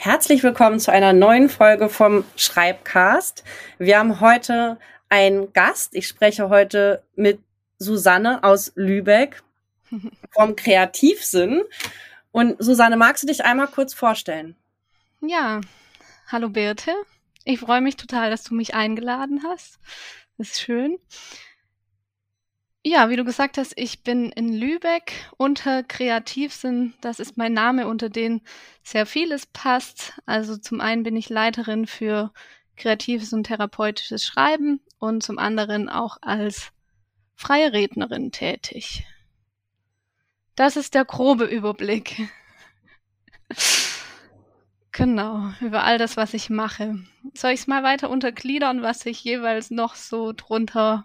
Herzlich willkommen zu einer neuen Folge vom Schreibcast. Wir haben heute einen Gast. Ich spreche heute mit Susanne aus Lübeck vom Kreativsinn. Und Susanne, magst du dich einmal kurz vorstellen? Ja, hallo Birte. Ich freue mich total, dass du mich eingeladen hast. Das ist schön. Ja, wie du gesagt hast, ich bin in Lübeck unter Kreativsinn. Das ist mein Name, unter den sehr vieles passt. Also zum einen bin ich Leiterin für kreatives und therapeutisches Schreiben und zum anderen auch als freie Rednerin tätig. Das ist der grobe Überblick. Genau, über all das, was ich mache. Soll ich es mal weiter untergliedern, was ich jeweils noch so drunter...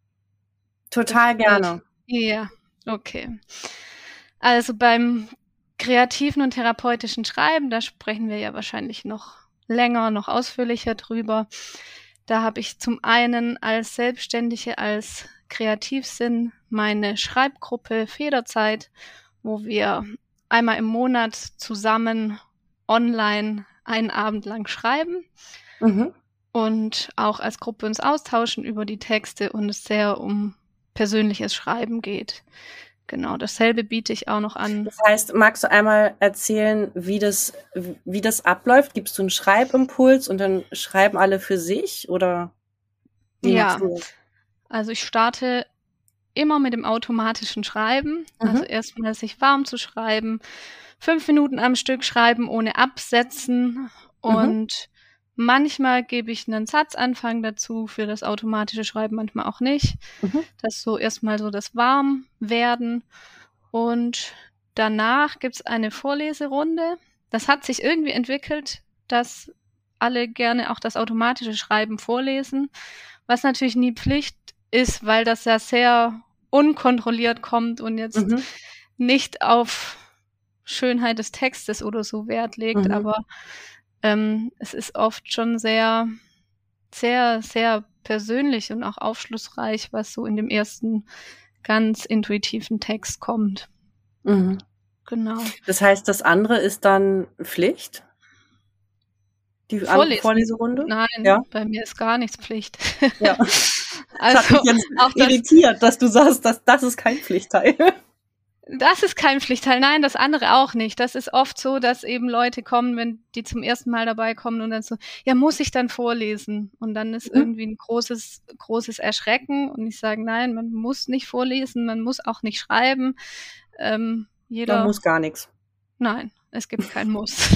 Total gerne. Ja, okay. Also beim kreativen und therapeutischen Schreiben, da sprechen wir ja wahrscheinlich noch länger, noch ausführlicher drüber. Da habe ich zum einen als Selbstständige, als Kreativsinn meine Schreibgruppe Federzeit, wo wir einmal im Monat zusammen online einen Abend lang schreiben und auch als Gruppe uns austauschen über die Texte und es sehr um persönliches Schreiben geht. Genau, dasselbe biete ich auch noch an. Das heißt, magst du einmal erzählen, wie das abläuft? Gibst du einen Schreibimpuls und dann schreiben alle für sich oder wie machst du das? Also ich starte immer mit dem automatischen Schreiben. Also erstmal sich warm zu schreiben, 5 Minuten am Stück schreiben ohne Absetzen und manchmal gebe ich einen Satzanfang dazu für das automatische Schreiben, manchmal auch nicht. Das ist so erstmal so das Warmwerden. Und danach gibt's eine Vorleserunde. Das hat sich irgendwie entwickelt, dass alle gerne auch das automatische Schreiben vorlesen, was natürlich nie Pflicht ist, weil das ja sehr unkontrolliert kommt und jetzt nicht auf Schönheit des Textes oder so Wert legt, aber es ist oft schon sehr, sehr, sehr persönlich und auch aufschlussreich, was so in dem ersten ganz intuitiven Text kommt. Genau. Das heißt, das andere ist dann Pflicht? Die Vorleserunde? Nein, ja? Bei mir ist gar nichts Pflicht. Ja. Also, das hat mich jetzt auch irritiert, dass du sagst, das ist kein Pflichtteil. Das ist kein Pflichtteil, nein, das andere auch nicht. Das ist oft so, dass eben Leute kommen, wenn die zum ersten Mal dabei kommen und dann so, ja, muss ich dann vorlesen? Und dann ist irgendwie ein großes Erschrecken und ich sage, nein, man muss nicht vorlesen, man muss auch nicht schreiben. Man muss gar nichts. Nein, es gibt kein Muss.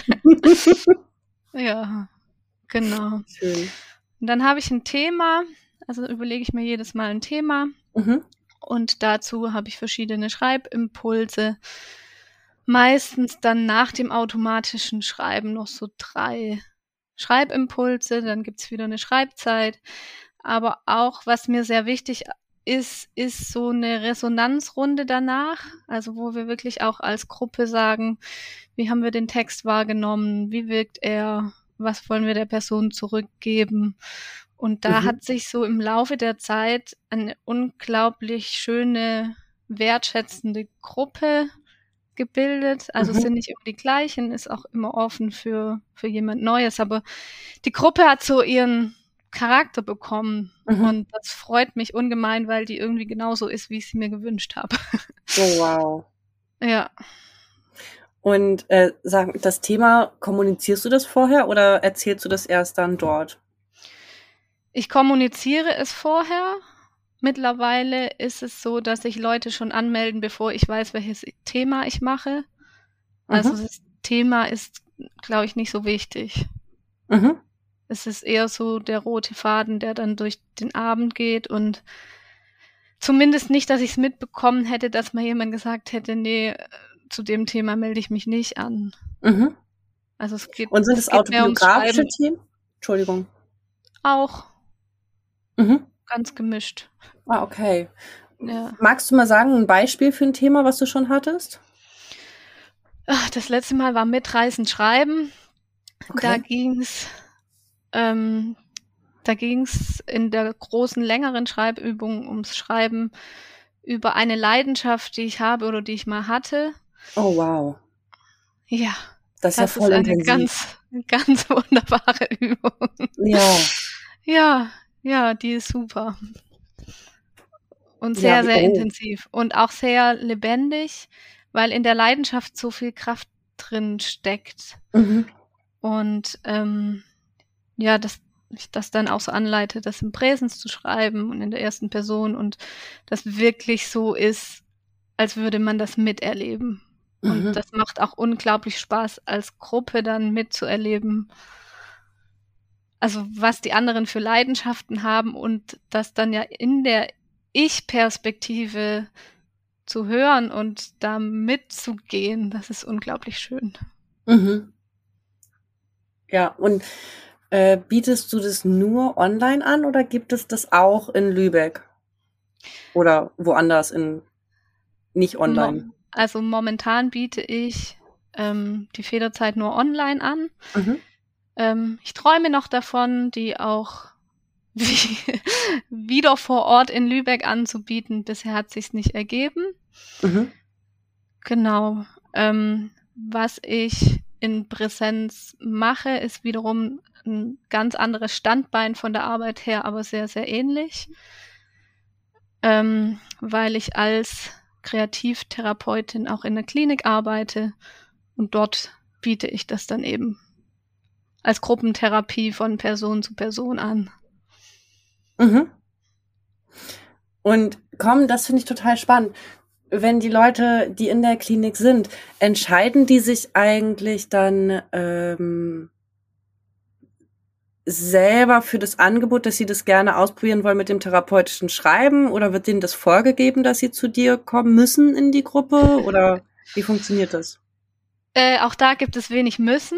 Ja, genau. Schön. Und dann habe ich ein Thema, also überlege ich mir jedes Mal ein Thema. Und dazu habe ich verschiedene Schreibimpulse. Meistens dann nach dem automatischen Schreiben noch so 3 Schreibimpulse, dann gibt's wieder eine Schreibzeit. Aber auch, was mir sehr wichtig ist so eine Resonanzrunde danach, also wo wir wirklich auch als Gruppe sagen, wie haben wir den Text wahrgenommen, wie wirkt er, was wollen wir der Person zurückgeben. Und da hat sich so im Laufe der Zeit eine unglaublich schöne, wertschätzende Gruppe gebildet. Also es sind nicht immer die gleichen, ist auch immer offen für jemand Neues. Aber die Gruppe hat so ihren Charakter bekommen. Und das freut mich ungemein, weil die irgendwie genauso ist, wie ich sie mir gewünscht habe. Oh, wow. Ja. Und sag, das Thema, kommunizierst du das vorher oder erzählst du das erst dann dort? Ich kommuniziere es vorher. Mittlerweile ist es so, dass sich Leute schon anmelden, bevor ich weiß, welches Thema ich mache. Also das Thema ist, glaube ich, nicht so wichtig. Es ist eher so der rote Faden, der dann durch den Abend geht und zumindest nicht, dass ich es mitbekommen hätte, dass mal jemand gesagt hätte, nee, zu dem Thema melde ich mich nicht an. Also es geht. Und sind es autobiografische Themen? Entschuldigung. Auch. Ganz gemischt. Ah, okay. Ja. Magst du mal sagen, ein Beispiel für ein Thema, was du schon hattest? Das letzte Mal war mitreißend schreiben. Okay. Da ging's in der großen, längeren Schreibübung ums Schreiben über eine Leidenschaft, die ich habe oder die ich mal hatte. Oh, wow. Ja. Das ist ja Das ist voll eine intensiv. ganz wunderbare Übung. Ja. Ja, die ist super. Und Ja, sehr, sehr oh. intensiv und auch sehr lebendig, weil in der Leidenschaft so viel Kraft drin steckt. Mhm. Und ja, dass ich das dann auch so anleite, das im Präsens zu schreiben und in der ersten Person und das wirklich so ist, als würde man das miterleben. Und Mhm. das macht auch unglaublich Spaß, als Gruppe dann mitzuerleben. Also was die anderen für Leidenschaften haben und das dann ja in der Ich-Perspektive zu hören und da mitzugehen, das ist unglaublich schön. Mhm. Ja, und bietest du das nur online an oder gibt es das auch in Lübeck oder woanders nicht online? Also momentan biete ich die Federzeit nur online an. Ich träume noch davon, die auch wieder vor Ort in Lübeck anzubieten. Bisher hat sich's nicht ergeben. Mhm. Genau. Was ich in Präsenz mache, ist wiederum ein ganz anderes Standbein von der Arbeit her, aber sehr, sehr ähnlich. Weil ich als Kreativtherapeutin auch in der Klinik arbeite und dort biete ich das dann eben als Gruppentherapie von Person zu Person an. Mhm. Und komm, das finde ich total spannend. Wenn die Leute, die in der Klinik sind, entscheiden die sich eigentlich dann selber für das Angebot, dass sie das gerne ausprobieren wollen mit dem therapeutischen Schreiben, oder wird denen das vorgegeben, dass sie zu dir kommen müssen in die Gruppe, oder wie funktioniert das? Auch da gibt es wenig Müssen.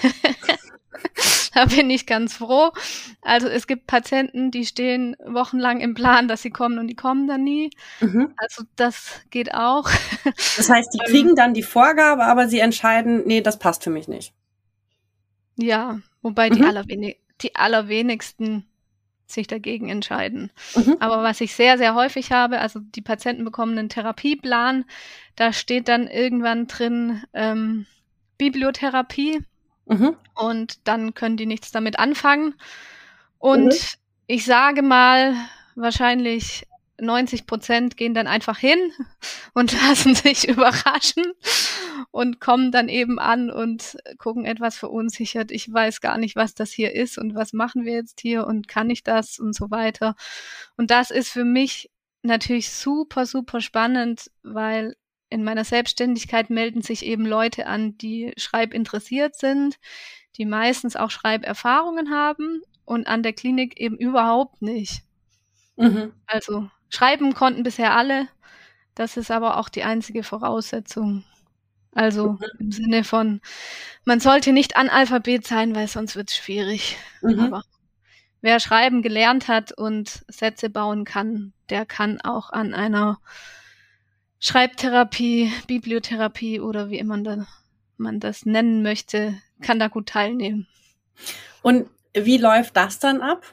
Da bin ich ganz froh. Also es gibt Patienten, die stehen wochenlang im Plan, dass sie kommen und die kommen dann nie. Mhm. Also das geht auch. Das heißt, die kriegen dann die Vorgabe, aber sie entscheiden, nee, das passt für mich nicht. Ja, wobei die allerwenigsten sich dagegen entscheiden. Mhm. Aber was ich sehr, sehr häufig habe, also die Patienten bekommen einen Therapieplan, da steht dann irgendwann drin Bibliotherapie Mhm. und dann können die nichts damit anfangen. Und ich sage mal, wahrscheinlich 90% gehen dann einfach hin und lassen sich überraschen und kommen dann eben an und gucken etwas verunsichert. Ich weiß gar nicht, was das hier ist und was machen wir jetzt hier und kann ich das und so weiter. Und das ist für mich natürlich super, super spannend, weil in meiner Selbstständigkeit melden sich eben Leute an, die schreibinteressiert sind, die meistens auch Schreiberfahrungen haben und an der Klinik eben überhaupt nicht. Mhm. Also schreiben konnten bisher alle, das ist aber auch die einzige Voraussetzung. Also im Sinne von, man sollte nicht Analphabet sein, weil sonst wird es schwierig. Mhm. Aber wer schreiben gelernt hat und Sätze bauen kann, der kann auch an einer Schreibtherapie, Bibliotherapie oder wie immer man das nennen möchte, kann da gut teilnehmen. Und wie läuft das dann ab?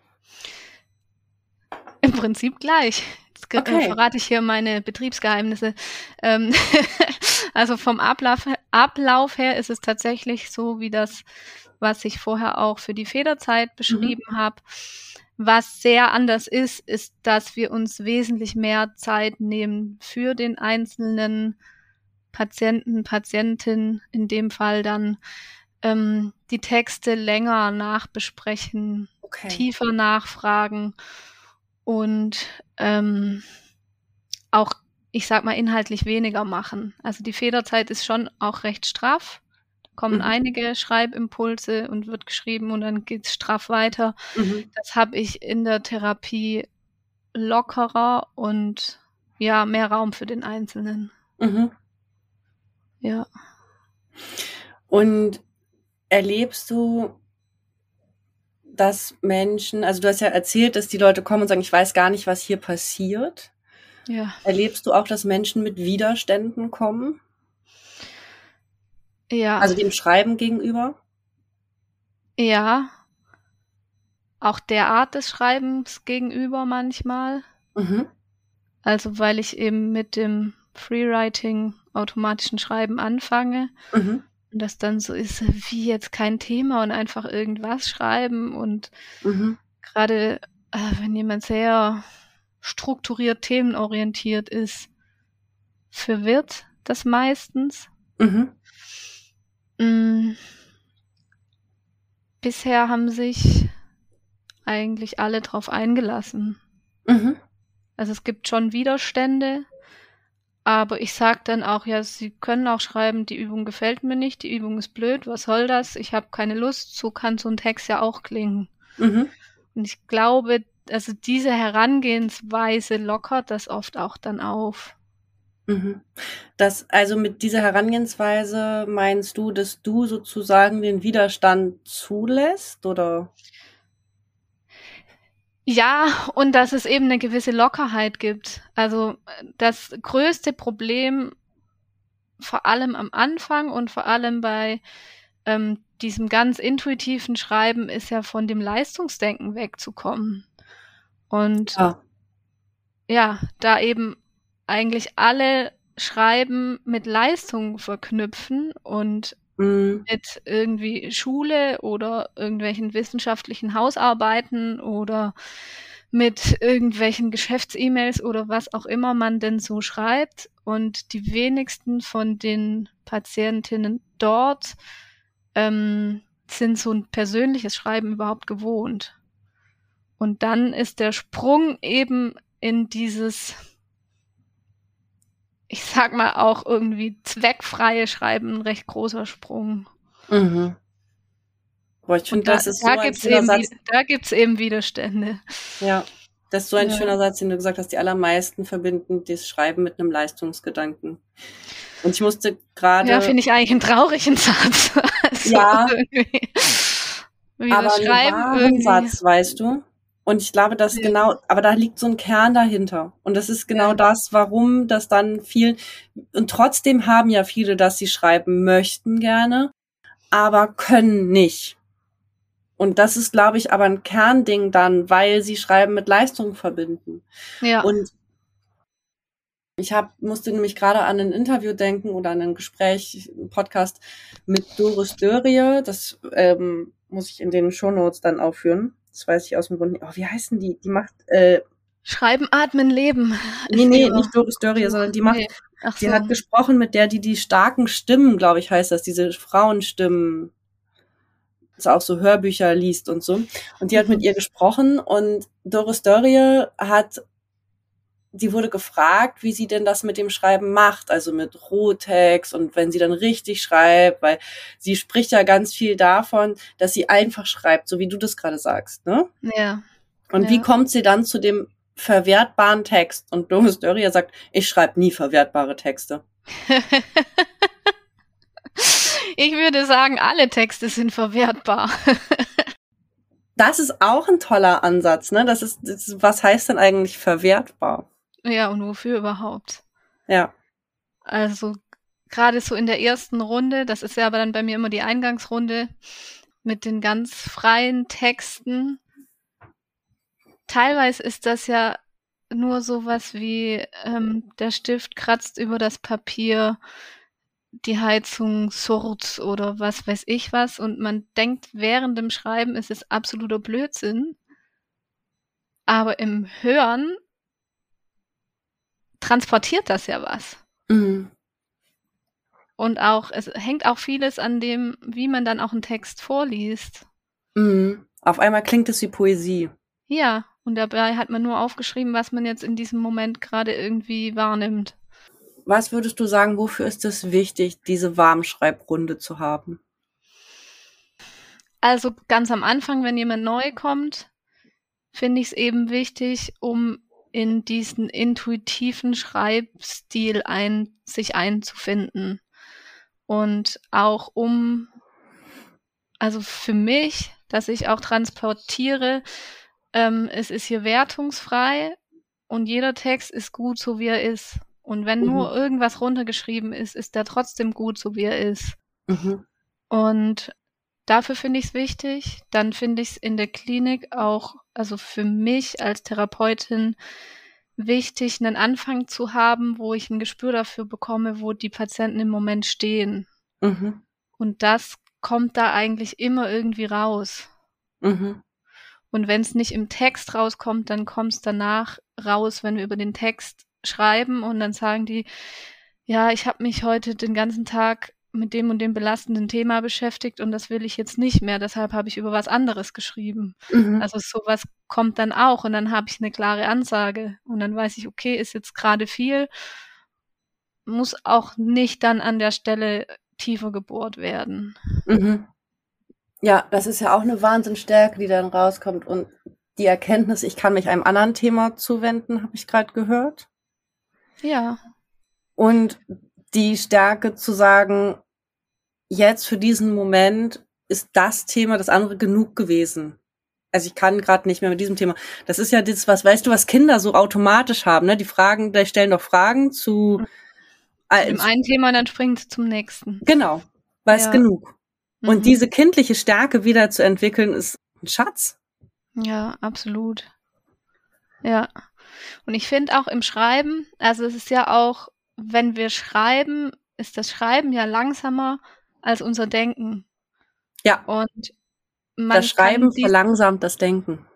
Im Prinzip gleich. Jetzt verrate ich hier meine Betriebsgeheimnisse. Also vom Ablauf her ist es tatsächlich so, wie das, was ich vorher auch für die Federzeit beschrieben habe. Was sehr anders ist, dass wir uns wesentlich mehr Zeit nehmen für den einzelnen Patienten, Patientin, in dem Fall dann die Texte länger nachbesprechen, tiefer nachfragen und auch, ich sag mal, inhaltlich weniger machen. Also die Federzeit ist schon auch recht straff. Da kommen einige Schreibimpulse und wird geschrieben und dann geht's straff weiter. Das habe ich in der Therapie lockerer und ja, mehr Raum für den Einzelnen. Ja. Und erlebst du, dass Menschen, also du hast ja erzählt, dass die Leute kommen und sagen, ich weiß gar nicht, was hier passiert. Ja. Erlebst du auch, dass Menschen mit Widerständen kommen? Ja. Also dem Schreiben gegenüber? Ja. Auch der Art des Schreibens gegenüber manchmal. Also weil ich eben mit dem Freewriting, automatischen Schreiben anfange. Und das dann so ist, wie jetzt kein Thema und einfach irgendwas schreiben. Und gerade wenn jemand sehr strukturiert, themenorientiert ist, verwirrt das meistens. Bisher haben sich eigentlich alle drauf eingelassen. Also es gibt schon Widerstände, aber ich sag dann auch, ja, sie können auch schreiben, die Übung gefällt mir nicht, die Übung ist blöd, was soll das? Ich habe keine Lust, so kann so ein Text ja auch klingen. Und ich glaube, also diese Herangehensweise lockert das oft auch dann auf. Das, also mit dieser Herangehensweise meinst du, dass du sozusagen den Widerstand zulässt, oder? Ja, und dass es eben eine gewisse Lockerheit gibt. Also das größte Problem, vor allem am Anfang und vor allem bei diesem ganz intuitiven Schreiben, ist ja von dem Leistungsdenken wegzukommen. Und ja, da eben eigentlich alle Schreiben mit Leistung verknüpfen und mit irgendwie Schule oder irgendwelchen wissenschaftlichen Hausarbeiten oder mit irgendwelchen Geschäfts-E-Mails oder was auch immer man denn so schreibt. Und die wenigsten von den Patientinnen dort sind so ein persönliches Schreiben überhaupt gewohnt. Und dann ist der Sprung eben in dieses, ich sag mal auch irgendwie zweckfreie Schreiben, ein recht großer Sprung. Boah, ich finde, das ist so ein schöner Satz. Da gibt's eben Widerstände. Ja, das ist so ein schöner Satz, den du gesagt hast. Die allermeisten verbinden das Schreiben mit einem Leistungsgedanken. Und ich musste gerade... Ja, finde ich eigentlich einen traurigen Satz. Also ja, wie aber das Schreiben einen wahren Satz, weißt du? Und ich glaube, dass genau, aber da liegt so ein Kern dahinter. Und das ist genau das, warum das dann viel, und trotzdem haben ja viele, dass sie schreiben möchten gerne, aber können nicht. Und das ist, glaube ich, aber ein Kernding dann, weil sie Schreiben mit Leistung verbinden. Ja. Und ich musste nämlich gerade an ein Interview denken oder an ein Gespräch, einen Podcast mit Doris Dörrie. Das muss ich in den Shownotes dann aufführen. Das weiß ich aus dem Grund nicht. Oh, wie heißen die? Die macht Schreiben, Atmen, Leben. Nee, nicht Doris Dörrie, sondern die macht, die hat gesprochen mit der, die starken Stimmen, glaube ich, heißt das, diese Frauenstimmen, das auch so Hörbücher liest und so. Und die hat mit ihr gesprochen und Doris Dörrie die wurde gefragt, wie sie denn das mit dem Schreiben macht, also mit Rohtext und wenn sie dann richtig schreibt, weil sie spricht ja ganz viel davon, dass sie einfach schreibt, so wie du das gerade sagst, ne? Ja. Und wie kommt sie dann zu dem verwertbaren Text? Und Doris Dörrie sagt, ich schreibe nie verwertbare Texte. Ich würde sagen, alle Texte sind verwertbar. Das ist auch ein toller Ansatz, ne? Was heißt denn eigentlich verwertbar? Ja, und wofür überhaupt? Ja. Also gerade so in der ersten Runde, das ist ja aber dann bei mir immer die Eingangsrunde mit den ganz freien Texten. Teilweise ist das ja nur sowas wie der Stift kratzt über das Papier, die Heizung surrt oder was weiß ich was und man denkt während dem Schreiben ist es absoluter Blödsinn, aber im Hören transportiert das ja was. Und auch, es hängt auch vieles an dem, wie man dann auch einen Text vorliest. Auf einmal klingt es wie Poesie. Ja, und dabei hat man nur aufgeschrieben, was man jetzt in diesem Moment gerade irgendwie wahrnimmt. Was würdest du sagen, wofür ist es wichtig, diese Warmschreibrunde zu haben? Also ganz am Anfang, wenn jemand neu kommt, finde ich es eben wichtig, um in diesen intuitiven Schreibstil sich einzufinden. Und auch also für mich, dass ich auch transportiere, es ist hier wertungsfrei und jeder Text ist gut, so wie er ist. Und wenn nur irgendwas runtergeschrieben ist, ist der trotzdem gut, so wie er ist. Und dafür finde ich es wichtig. Dann finde ich es in der Klinik auch, also für mich als Therapeutin, wichtig, einen Anfang zu haben, wo ich ein Gespür dafür bekomme, wo die Patienten im Moment stehen. Und das kommt da eigentlich immer irgendwie raus. Mhm. Und wenn es nicht im Text rauskommt, dann kommt es danach raus, wenn wir über den Text schreiben und dann sagen die, ja, ich habe mich heute den ganzen Tag mit dem und dem belastenden Thema beschäftigt und das will ich jetzt nicht mehr, deshalb habe ich über was anderes geschrieben. Mhm. Also sowas kommt dann auch und dann habe ich eine klare Ansage und dann weiß ich, okay, ist jetzt gerade viel, muss auch nicht dann an der Stelle tiefer gebohrt werden. Mhm. Ja, das ist ja auch eine Wahnsinnsstärke, die dann rauskommt. Und die Erkenntnis, ich kann mich einem anderen Thema zuwenden, habe ich gerade gehört. Ja. Und die Stärke zu sagen, jetzt für diesen Moment ist das Thema, das andere genug gewesen. Also ich kann gerade nicht mehr mit diesem Thema. Das ist ja das, was, weißt du, was Kinder so automatisch haben, ne? Die stellen doch Fragen zu dem einen Thema, dann springen sie zum nächsten. Genau, weiß genug. Und diese kindliche Stärke wieder zu entwickeln, ist ein Schatz. Ja, absolut. Ja. Und ich finde auch im Schreiben, also es ist ja auch, wenn wir schreiben, ist das Schreiben ja langsamer als unser Denken. Ja. Und das Schreiben verlangsamt das Denken.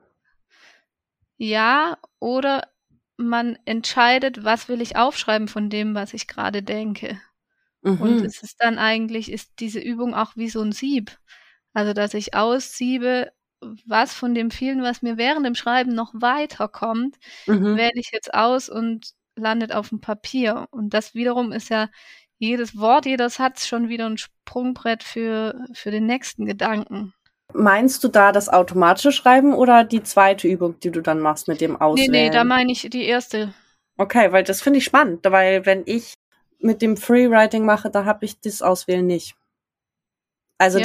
Ja, oder man entscheidet, was will ich aufschreiben von dem, was ich gerade denke. Und es ist dann eigentlich, ist diese Übung auch wie so ein Sieb. Also, dass ich aussiebe, was von dem vielen, was mir während dem Schreiben noch weiterkommt, wähle ich jetzt aus und landet auf dem Papier. Und das wiederum ist ja jedes Wort, jeder Satz schon wieder ein Sprungbrett für den nächsten Gedanken. Meinst du da das automatische Schreiben oder die zweite Übung, die du dann machst mit dem Auswählen? Nee, da meine ich die erste. Okay, weil das finde ich spannend, weil wenn ich mit dem Freewriting mache, da habe ich das Auswählen nicht. Also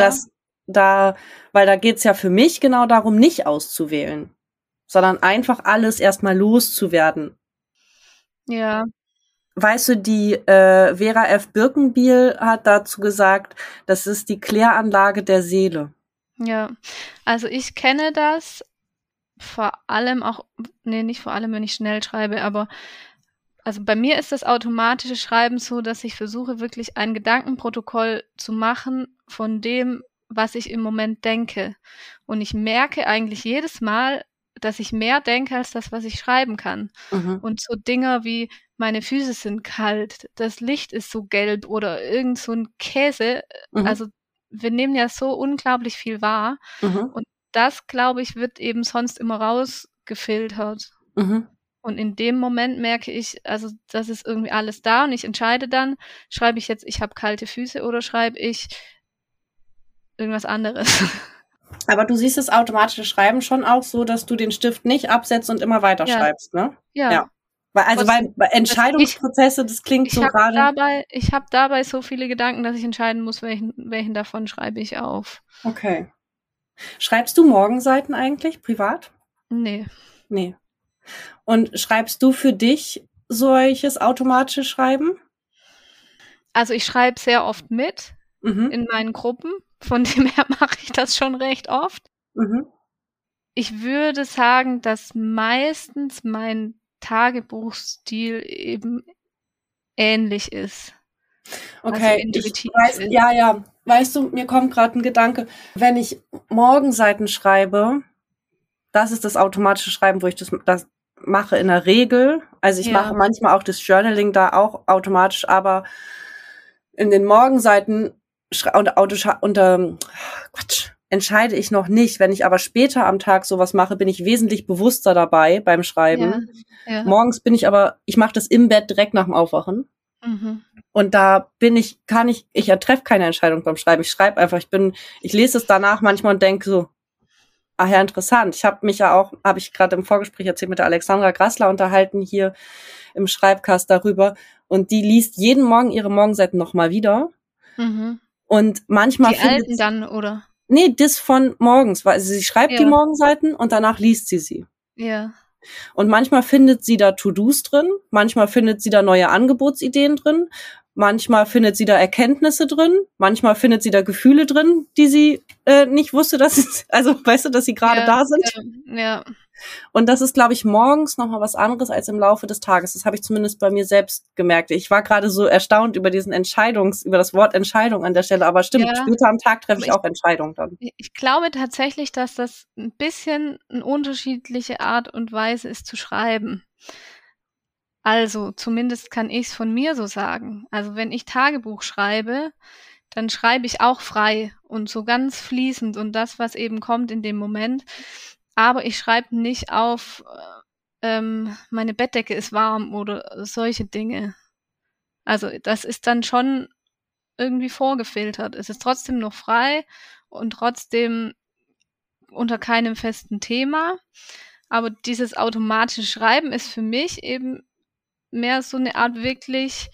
weil da geht's ja für mich genau darum, nicht auszuwählen, sondern einfach alles erstmal loszuwerden. Ja. Weißt du, die Vera F. Birkenbiel hat dazu gesagt, das ist die Kläranlage der Seele. Ja, also ich kenne das vor allem auch, nicht vor allem, wenn ich schnell schreibe, aber also bei mir ist das automatische Schreiben so, dass ich versuche, wirklich ein Gedankenprotokoll zu machen von dem, was ich im Moment denke. Und ich merke eigentlich jedes Mal, dass ich mehr denke als das, was ich schreiben kann. Und so Dinger wie, meine Füße sind kalt, das Licht ist so gelb oder irgend so ein Käse. Also wir nehmen ja so unglaublich viel wahr. Und das, glaube ich, wird eben sonst immer rausgefiltert. Und in dem Moment merke ich, also das ist irgendwie alles da und ich entscheide dann, schreibe ich jetzt, ich habe kalte Füße oder schreibe ich irgendwas anderes. Aber du siehst das automatische Schreiben schon auch so, dass du den Stift nicht absetzt und immer weiter schreibst, ne? Ja. Weil Entscheidungsprozesse, das klingt so gerade. Ich habe dabei so viele Gedanken, dass ich entscheiden muss, welchen davon schreibe ich auf. Okay. Schreibst du Morgenseiten eigentlich privat? Nee. Und schreibst du für dich solches automatische Schreiben? Also ich schreibe sehr oft mit in meinen Gruppen. Von dem her mache ich das schon recht oft. Ich würde sagen, dass meistens mein Tagebuchstil eben ähnlich ist. Okay, also intuitiv ist. Ja. Weißt du, mir kommt gerade ein Gedanke. Wenn ich Morgenseiten schreibe, das ist das automatische Schreiben, wo ich das mache in der Regel. Also ich mache manchmal auch das Journaling da auch automatisch, aber in den Morgenseiten entscheide ich noch nicht. Wenn ich aber später am Tag sowas mache, bin ich wesentlich bewusster dabei beim Schreiben. Ja. Morgens ich mache das im Bett direkt nach dem Aufwachen. Und da ich treffe keine Entscheidung beim Schreiben. Ich schreibe einfach, ich lese es danach manchmal und denke so, ach ja, interessant. Ich habe ich gerade im Vorgespräch erzählt, mit der Alexandra Grassler unterhalten hier im Schreibcast darüber. Und die liest jeden Morgen ihre Morgenseiten nochmal wieder. Und manchmal die alten dann, oder? Nee, das von morgens, weil sie schreibt die Morgenseiten und danach liest sie. Ja. Und manchmal findet sie da To-Dos drin, manchmal findet sie da neue Angebotsideen drin, manchmal findet sie da Erkenntnisse drin, manchmal findet sie da Gefühle drin, die sie nicht wusste, dass sie gerade da sind. Ja. Und das ist, glaube ich, morgens nochmal was anderes als im Laufe des Tages. Das habe ich zumindest bei mir selbst gemerkt. Ich war gerade so erstaunt über über das Wort Entscheidung an der Stelle. Aber stimmt, Ja, später am Tag treffe aber ich auch Entscheidungen dann. ich glaube tatsächlich, dass das ein bisschen eine unterschiedliche Art und Weise ist zu schreiben. Also, zumindest kann ich es von mir so sagen. Also, wenn ich Tagebuch schreibe, dann schreibe ich auch frei und so ganz fließend und das, was eben kommt in dem Moment. Aber ich schreibe nicht auf, meine Bettdecke ist warm oder solche Dinge. Also, das ist dann schon irgendwie vorgefiltert. Es ist trotzdem noch frei und trotzdem unter keinem festen Thema. Aber dieses automatische Schreiben ist für mich eben mehr so eine Art wirklich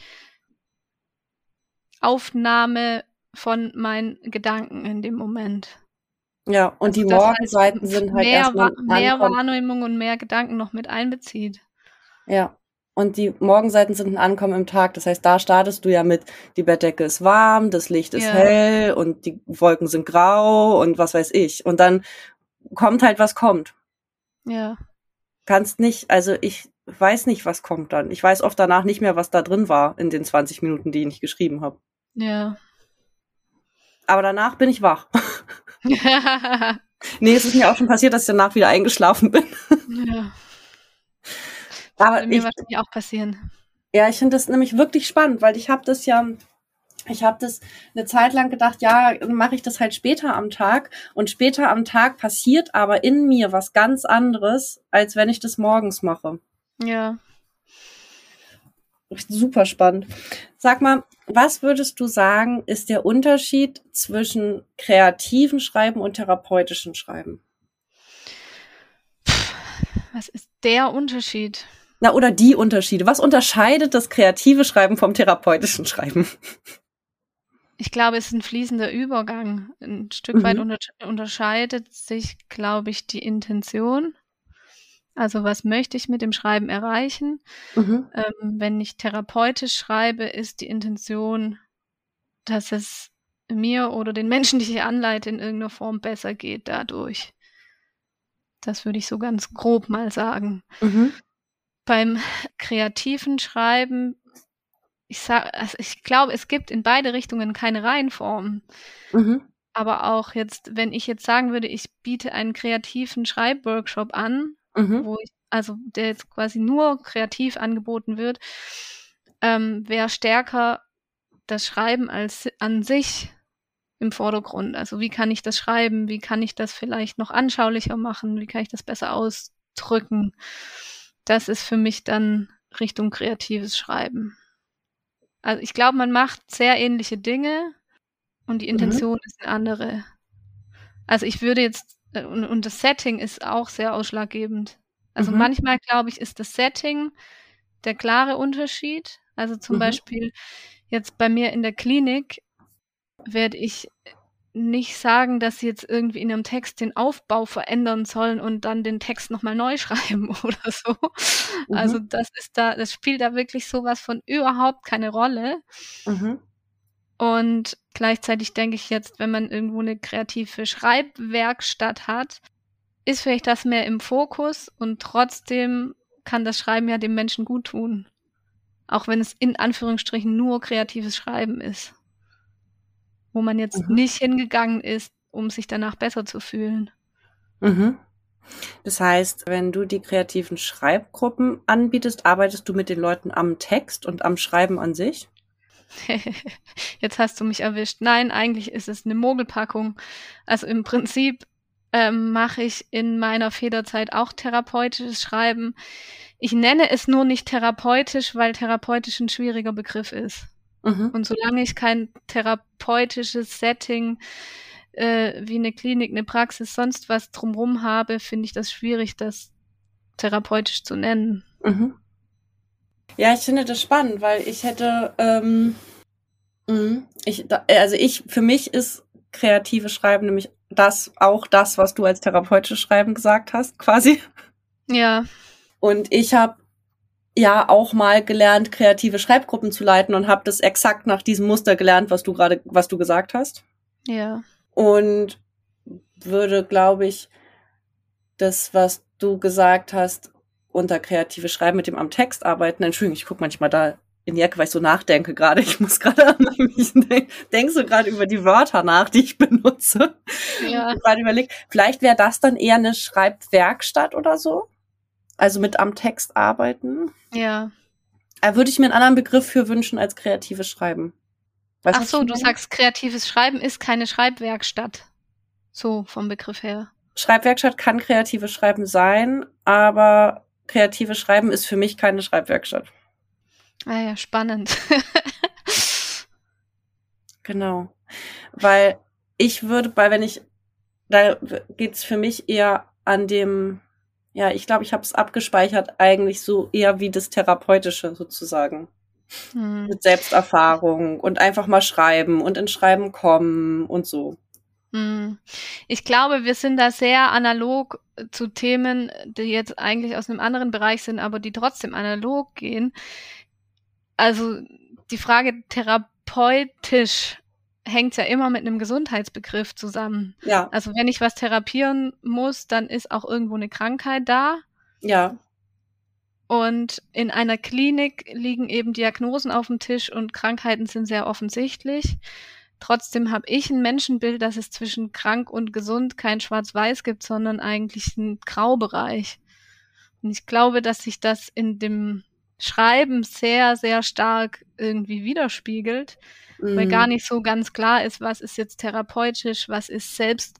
Aufnahme von meinen Gedanken in dem Moment. Ja, und Also die das heißt, Morgenseiten sind halt erstmal mehr Wahrnehmung und mehr Gedanken noch mit einbezieht. Ja. Und die Morgenseiten sind ein Ankommen im Tag. Das heißt, da startest du ja mit, die Bettdecke ist warm, das Licht ist hell und die Wolken sind grau und was weiß ich. Und dann kommt halt, was kommt. Ja. Kannst nicht, also ich weiß nicht, was kommt dann. Ich weiß oft danach nicht mehr, was da drin war in den 20 Minuten, die ich geschrieben habe. Ja. Aber danach bin ich wach. Nee, es ist mir auch schon passiert, dass ich danach wieder eingeschlafen bin. Ja. Aber Würde mir wahrscheinlich auch passieren. Ja, ich finde das nämlich wirklich spannend, weil ich habe das eine Zeit lang gedacht, ja, mache ich das halt später am Tag. Und später am Tag passiert aber in mir was ganz anderes, als wenn ich das morgens mache. Ja. Super spannend. Sag mal, was würdest du sagen, ist der Unterschied zwischen kreativen Schreiben und therapeutischen Schreiben? Was ist der Unterschied? Na, oder die Unterschiede. Was unterscheidet das kreative Schreiben vom therapeutischen Schreiben? Ich glaube, es ist ein fließender Übergang. Ein Stück weit unterscheidet sich, glaube ich, die Intention. Also was möchte ich mit dem Schreiben erreichen? Wenn ich therapeutisch schreibe, ist die Intention, dass es mir oder den Menschen, die ich anleite, in irgendeiner Form besser geht dadurch. Das würde ich so ganz grob mal sagen. Beim kreativen Schreiben, ich glaube, es gibt in beide Richtungen keine Reihenform. Aber auch jetzt, wenn ich jetzt sagen würde, ich biete einen kreativen Schreibworkshop an, der jetzt quasi nur kreativ angeboten wird, wäre stärker das Schreiben an sich im Vordergrund. Also wie kann ich das schreiben? Wie kann ich das vielleicht noch anschaulicher machen? Wie kann ich das besser ausdrücken? Das ist für mich dann Richtung kreatives Schreiben. Also ich glaube, man macht sehr ähnliche Dinge und die Intention ist eine andere. Also ich würde jetzt, und das Setting ist auch sehr ausschlaggebend. Also manchmal, glaube ich, ist das Setting der klare Unterschied. Also zum Beispiel jetzt bei mir in der Klinik werde ich nicht sagen, dass sie jetzt irgendwie in einem Text den Aufbau verändern sollen und dann den Text nochmal neu schreiben oder so. Also das spielt da wirklich sowas von überhaupt keine Rolle. Und gleichzeitig denke ich jetzt, wenn man irgendwo eine kreative Schreibwerkstatt hat, ist vielleicht das mehr im Fokus und trotzdem kann das Schreiben ja dem Menschen gut tun. Auch wenn es in Anführungsstrichen nur kreatives Schreiben ist. Wo man jetzt nicht hingegangen ist, um sich danach besser zu fühlen. Das heißt, wenn du die kreativen Schreibgruppen anbietest, arbeitest du mit den Leuten am Text und am Schreiben an sich? Jetzt hast du mich erwischt. Nein, eigentlich ist es eine Mogelpackung. Also im Prinzip mache ich in meiner Federzeit auch therapeutisches Schreiben. Ich nenne es nur nicht therapeutisch, weil therapeutisch ein schwieriger Begriff ist. Und solange ich kein therapeutisches Setting wie eine Klinik, eine Praxis, sonst was drumherum habe, finde ich das schwierig, das therapeutisch zu nennen. Ja, ich finde das spannend, weil ich hätte, für mich ist kreatives Schreiben nämlich das, was du als therapeutisches Schreiben gesagt hast, quasi. Ja. Und ich habe ja auch mal gelernt, kreative Schreibgruppen zu leiten und habe das exakt nach diesem Muster gelernt, was du gesagt hast. Ja. Und würde, glaube ich, das, was du gesagt hast, unter kreative Schreiben mit dem am Text arbeiten. Entschuldigung, ich gucke manchmal da in die Ecke, weil ich so nachdenke gerade. Ich muss gerade denk so gerade über die Wörter nach, die ich benutze. Ja. Ich gerade überlegt, vielleicht wäre das dann eher eine Schreibwerkstatt oder so. Also mit am Text arbeiten. Ja. Da würde ich mir einen anderen Begriff für wünschen als kreatives Schreiben. Weißt Ach was so, ich du meine? sagst, kreatives Schreiben ist keine Schreibwerkstatt. So vom Begriff her. Schreibwerkstatt kann kreatives Schreiben sein, aber kreatives Schreiben ist für mich keine Schreibwerkstatt. Ah ja, spannend. Genau. Weil da geht's für mich eher an dem, ja, ich glaube, ich habe es abgespeichert, eigentlich so eher wie das Therapeutische sozusagen. Mit Selbsterfahrung und einfach mal schreiben und ins Schreiben kommen und so. Ich glaube, wir sind da sehr analog zu Themen, die jetzt eigentlich aus einem anderen Bereich sind, aber die trotzdem analog gehen. Also die Frage therapeutisch hängt ja immer mit einem Gesundheitsbegriff zusammen. Ja, Also wenn ich was therapieren muss, dann ist auch irgendwo eine Krankheit da. ja. Und in einer Klinik liegen eben Diagnosen auf dem Tisch und Krankheiten sind sehr offensichtlich. Trotzdem habe ich ein Menschenbild, dass es zwischen krank und gesund kein Schwarz-Weiß gibt, sondern eigentlich einen Graubereich. Und ich glaube, dass sich das in dem Schreiben sehr, sehr stark irgendwie widerspiegelt, weil gar nicht so ganz klar ist, was ist jetzt therapeutisch, was ist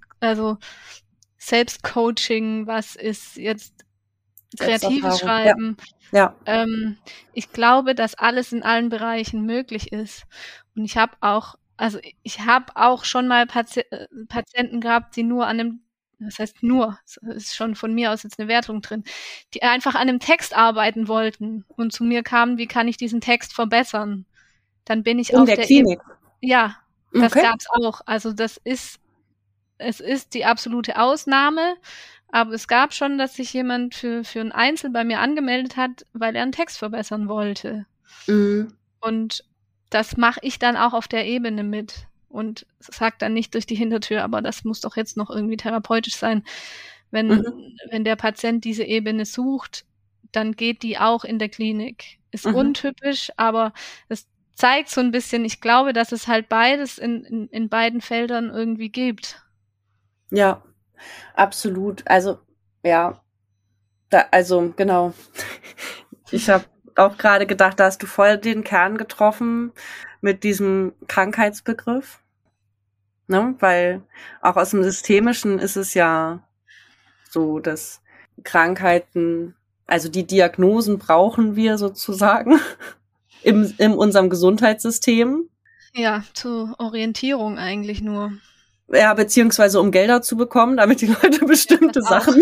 Selbstcoaching, was ist jetzt kreatives Schreiben. Ja. Ich glaube, dass alles in allen Bereichen möglich ist. Und ich habe auch schon mal Patienten gehabt, die nur an einem, was heißt nur, ist schon von mir aus jetzt eine Wertung drin, die einfach an einem Text arbeiten wollten und zu mir kamen, wie kann ich diesen Text verbessern? Dann bin ich in der Klinik. Ja, das Okay. gab's auch. Also es ist die absolute Ausnahme, aber es gab schon, dass sich jemand für ein Einzel bei mir angemeldet hat, weil er einen Text verbessern wollte. Und das mache ich dann auch auf der Ebene mit und sag dann nicht durch die Hintertür, aber das muss doch jetzt noch irgendwie therapeutisch sein. Wenn der Patient diese Ebene sucht, dann geht die auch in der Klinik. Ist untypisch, aber es zeigt so ein bisschen, ich glaube, dass es halt beides in beiden Feldern irgendwie gibt. Ja, absolut. Also, ja, genau. Ich habe auch gerade gedacht, da hast du voll den Kern getroffen mit diesem Krankheitsbegriff. Ne? Weil auch aus dem Systemischen ist es ja so, dass Krankheiten, also die Diagnosen brauchen wir sozusagen in unserem Gesundheitssystem. Ja, zur Orientierung eigentlich nur. Ja, beziehungsweise um Gelder zu bekommen, damit die Leute bestimmte Sachen.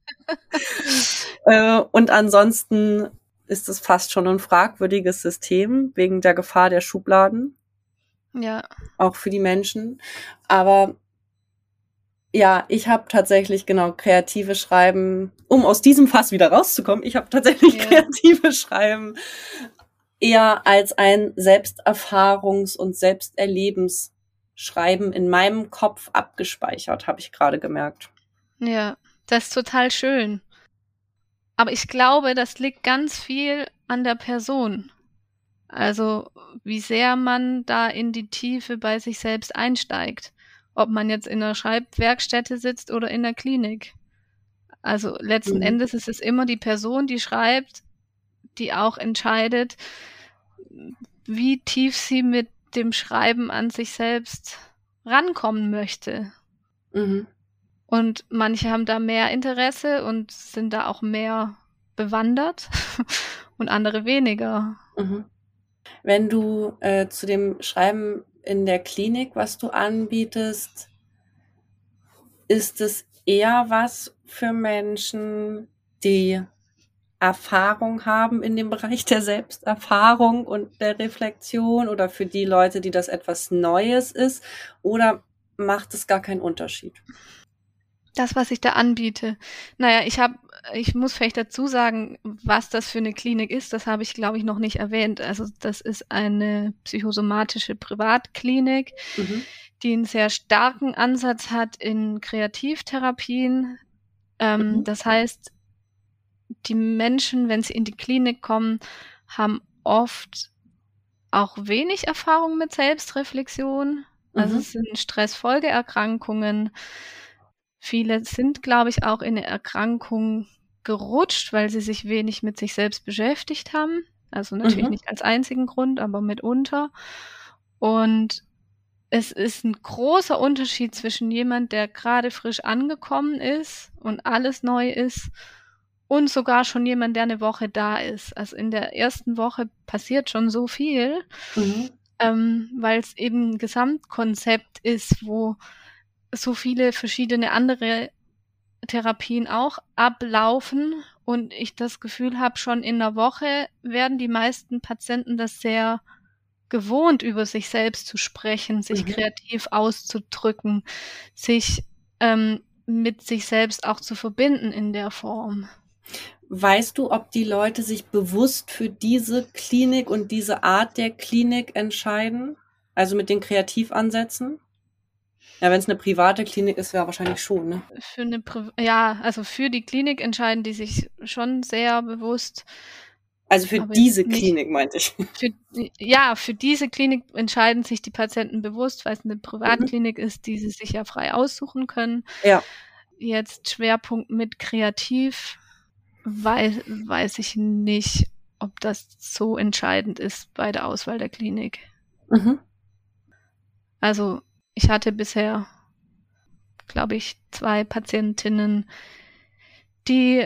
Und ansonsten ist es fast schon ein fragwürdiges System wegen der Gefahr der Schubladen. Ja. Auch für die Menschen. Aber ja, ich habe tatsächlich kreative Schreiben, um aus diesem Fass wieder rauszukommen, ich habe tatsächlich kreative Schreiben eher als ein Selbsterfahrungs- und Selbsterlebensschreiben in meinem Kopf abgespeichert, habe ich gerade gemerkt. Ja, das ist total schön. Aber ich glaube, das liegt ganz viel an der Person. Also, wie sehr man da in die Tiefe bei sich selbst einsteigt. Ob man jetzt in einer Schreibwerkstätte sitzt oder in der Klinik. Also, letzten Endes ist es immer die Person, die schreibt, die auch entscheidet, wie tief sie mit dem Schreiben an sich selbst rankommen möchte. Und manche haben da mehr Interesse und sind da auch mehr bewandert und andere weniger. Wenn du zu dem Schreiben in der Klinik, was du anbietest, ist es eher was für Menschen, die Erfahrung haben in dem Bereich der Selbsterfahrung und der Reflexion oder für die Leute, die das etwas Neues ist? Oder macht es gar keinen Unterschied? Das, was ich da anbiete. Naja, ich muss vielleicht dazu sagen, was das für eine Klinik ist, das habe ich, glaube ich, noch nicht erwähnt. Also das ist eine psychosomatische Privatklinik, die einen sehr starken Ansatz hat in Kreativtherapien, Das heißt, die Menschen, wenn sie in die Klinik kommen, haben oft auch wenig Erfahrung mit Selbstreflexion. Also es sind Stressfolgeerkrankungen. Viele sind, glaube ich, auch in eine Erkrankung gerutscht, weil sie sich wenig mit sich selbst beschäftigt haben. Also natürlich nicht als einzigen Grund, aber mitunter. Und es ist ein großer Unterschied zwischen jemand, der gerade frisch angekommen ist und alles neu ist, und sogar schon jemand, der eine Woche da ist. Also in der ersten Woche passiert schon so viel, weil es eben ein Gesamtkonzept ist, wo so viele verschiedene andere Therapien auch ablaufen und ich das Gefühl habe, schon in einer Woche werden die meisten Patienten das sehr gewohnt, über sich selbst zu sprechen, sich kreativ auszudrücken, sich mit sich selbst auch zu verbinden in der Form. Weißt du, ob die Leute sich bewusst für diese Klinik und diese Art der Klinik entscheiden? Also mit den Kreativansätzen? Ja, wenn es eine private Klinik ist, wäre wahrscheinlich schon, ne? Also für die Klinik entscheiden die sich schon sehr bewusst. Also für diese Klinik, meinte ich. Für diese Klinik entscheiden sich die Patienten bewusst, weil es eine Privatklinik ist, die sie sich ja frei aussuchen können. Ja. Jetzt Schwerpunkt mit kreativ, weiß ich nicht, ob das so entscheidend ist bei der Auswahl der Klinik. Also ich hatte bisher, glaube ich, 2 Patientinnen, die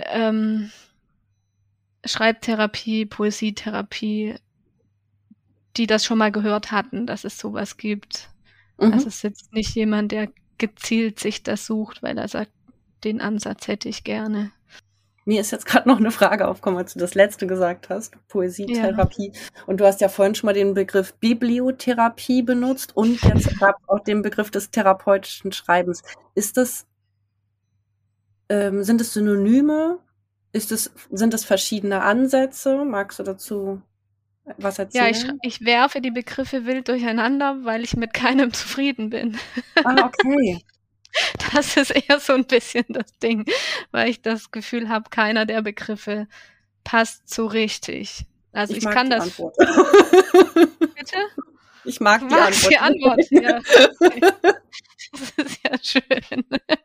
Schreibtherapie, Poesietherapie, die das schon mal gehört hatten, dass es sowas gibt. Also es ist jetzt nicht jemand, der gezielt sich das sucht, weil er sagt, den Ansatz hätte ich gerne. Mir ist jetzt gerade noch eine Frage aufgekommen, als du das letzte gesagt hast, Poesietherapie. Ja. Und du hast ja vorhin schon mal den Begriff Bibliotherapie benutzt und jetzt gab es auch den Begriff des therapeutischen Schreibens. Ist das, sind es Synonyme? Sind es verschiedene Ansätze? Magst du dazu was erzählen? Ja, ich werfe die Begriffe wild durcheinander, weil ich mit keinem zufrieden bin. Ah, okay. Das ist eher so ein bisschen das Ding, weil ich das Gefühl habe, keiner der Begriffe passt so richtig. Also ich kann das. Antwort. Bitte? Ich mag die Antwort. Die Antwort, ja. Das ist ja schön.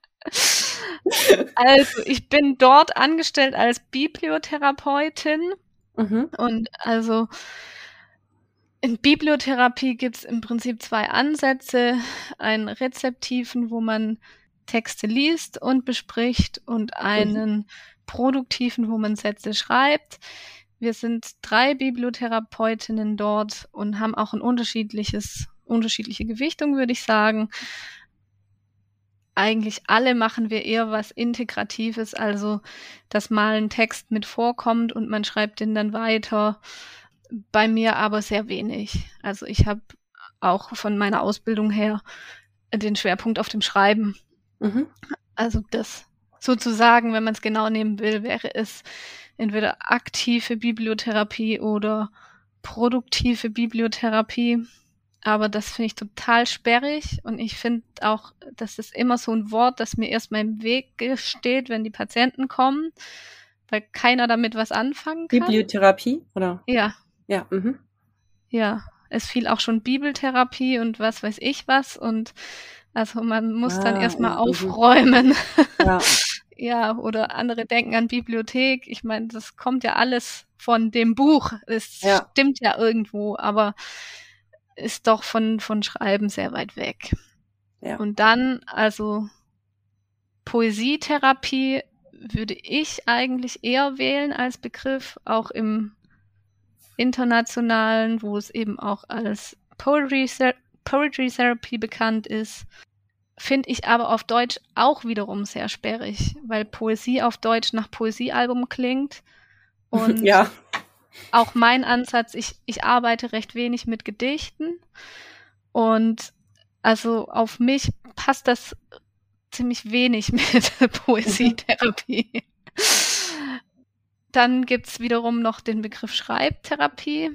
Also ich bin dort angestellt als Bibliotherapeutin. Und also in Bibliotherapie gibt es im Prinzip 2 Ansätze. Einen rezeptiven, wo man Texte liest und bespricht, und einen produktiven, wo man Sätze schreibt. Wir sind 3 Bibliotherapeutinnen dort und haben auch ein unterschiedliche Gewichtung, würde ich sagen. Eigentlich alle machen wir eher was Integratives, also dass mal ein Text mit vorkommt und man schreibt den dann weiter. Bei mir aber sehr wenig. Also ich habe auch von meiner Ausbildung her den Schwerpunkt auf dem Schreiben. Also das sozusagen, wenn man es genau nehmen will, wäre es entweder aktive Bibliotherapie oder produktive Bibliotherapie. Aber das finde ich total sperrig und ich finde auch, das ist immer so ein Wort, das mir erstmal im Weg steht, wenn die Patienten kommen, weil keiner damit was anfangen kann. Bibliotherapie, oder? Ja. Ja, Ja, es fiel auch schon Bibeltherapie und was weiß ich was, und also man muss dann erstmal aufräumen. Ja. Ja, oder andere denken an Bibliothek. Ich meine, das kommt ja alles von dem Buch. Es stimmt ja irgendwo, aber ist doch von Schreiben sehr weit weg. Ja. Und dann, also Poesietherapie würde ich eigentlich eher wählen als Begriff, auch im internationalen, wo es eben auch als Poetry Therapy bekannt ist, finde ich aber auf Deutsch auch wiederum sehr sperrig, weil Poesie auf Deutsch nach Poesiealbum klingt. Und ja. Auch mein Ansatz, ich arbeite recht wenig mit Gedichten und also auf mich passt das ziemlich wenig mit Poesietherapie. Dann gibt's wiederum noch den Begriff Schreibtherapie.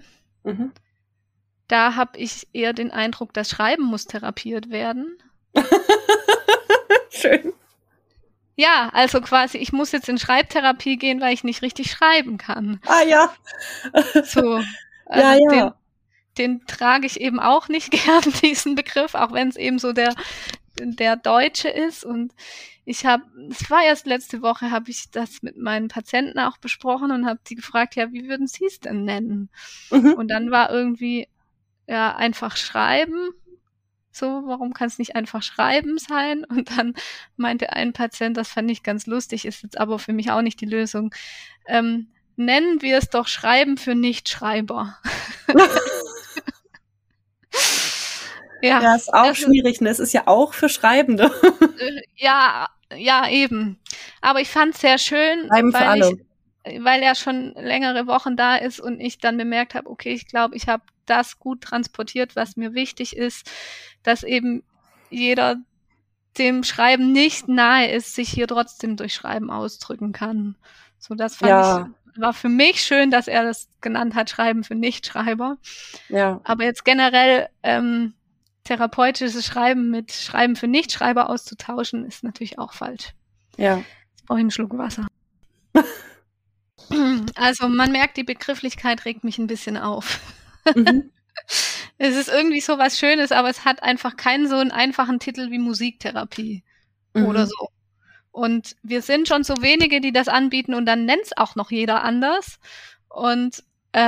Da habe ich eher den Eindruck, das Schreiben muss therapiert werden. Schön. Ja, also quasi, ich muss jetzt in Schreibtherapie gehen, weil ich nicht richtig schreiben kann. Ah ja. So, Ja, also ja. den trage ich eben auch nicht gern, diesen Begriff, auch wenn es eben so der Deutsche ist. Und es war erst letzte Woche, habe ich das mit meinen Patienten auch besprochen und habe die gefragt, ja, wie würden Sie es denn nennen? Mhm. Und dann war irgendwie, ja, einfach schreiben. So, warum kann es nicht einfach schreiben sein? Und dann meinte ein Patient, das fand ich ganz lustig, ist jetzt aber für mich auch nicht die Lösung. Nennen wir es doch Schreiben für Nichtschreiber. Ja, ist auch schwierig, ne? Es ist ja auch für Schreibende. Ja, eben. Aber ich fand es sehr schön, Schreiben für alle. weil er schon längere Wochen da ist und ich dann bemerkt habe, okay, ich glaube, ich habe das gut transportiert, was mir wichtig ist, dass eben jeder, dem Schreiben nicht nahe ist, sich hier trotzdem durch Schreiben ausdrücken kann. So, das fand ich, war für mich schön, dass er das genannt hat, Schreiben für Nichtschreiber. Ja. Aber jetzt generell therapeutisches Schreiben mit Schreiben für Nichtschreiber auszutauschen, ist natürlich auch falsch. Ja. Jetzt brauche ich einen Schluck Wasser. Also man merkt, die Begrifflichkeit regt mich ein bisschen auf. Mhm. Es ist irgendwie so was Schönes, aber es hat einfach keinen so einen einfachen Titel wie Musiktherapie oder so. Und wir sind schon so wenige, die das anbieten und dann nennt es auch noch jeder anders. Und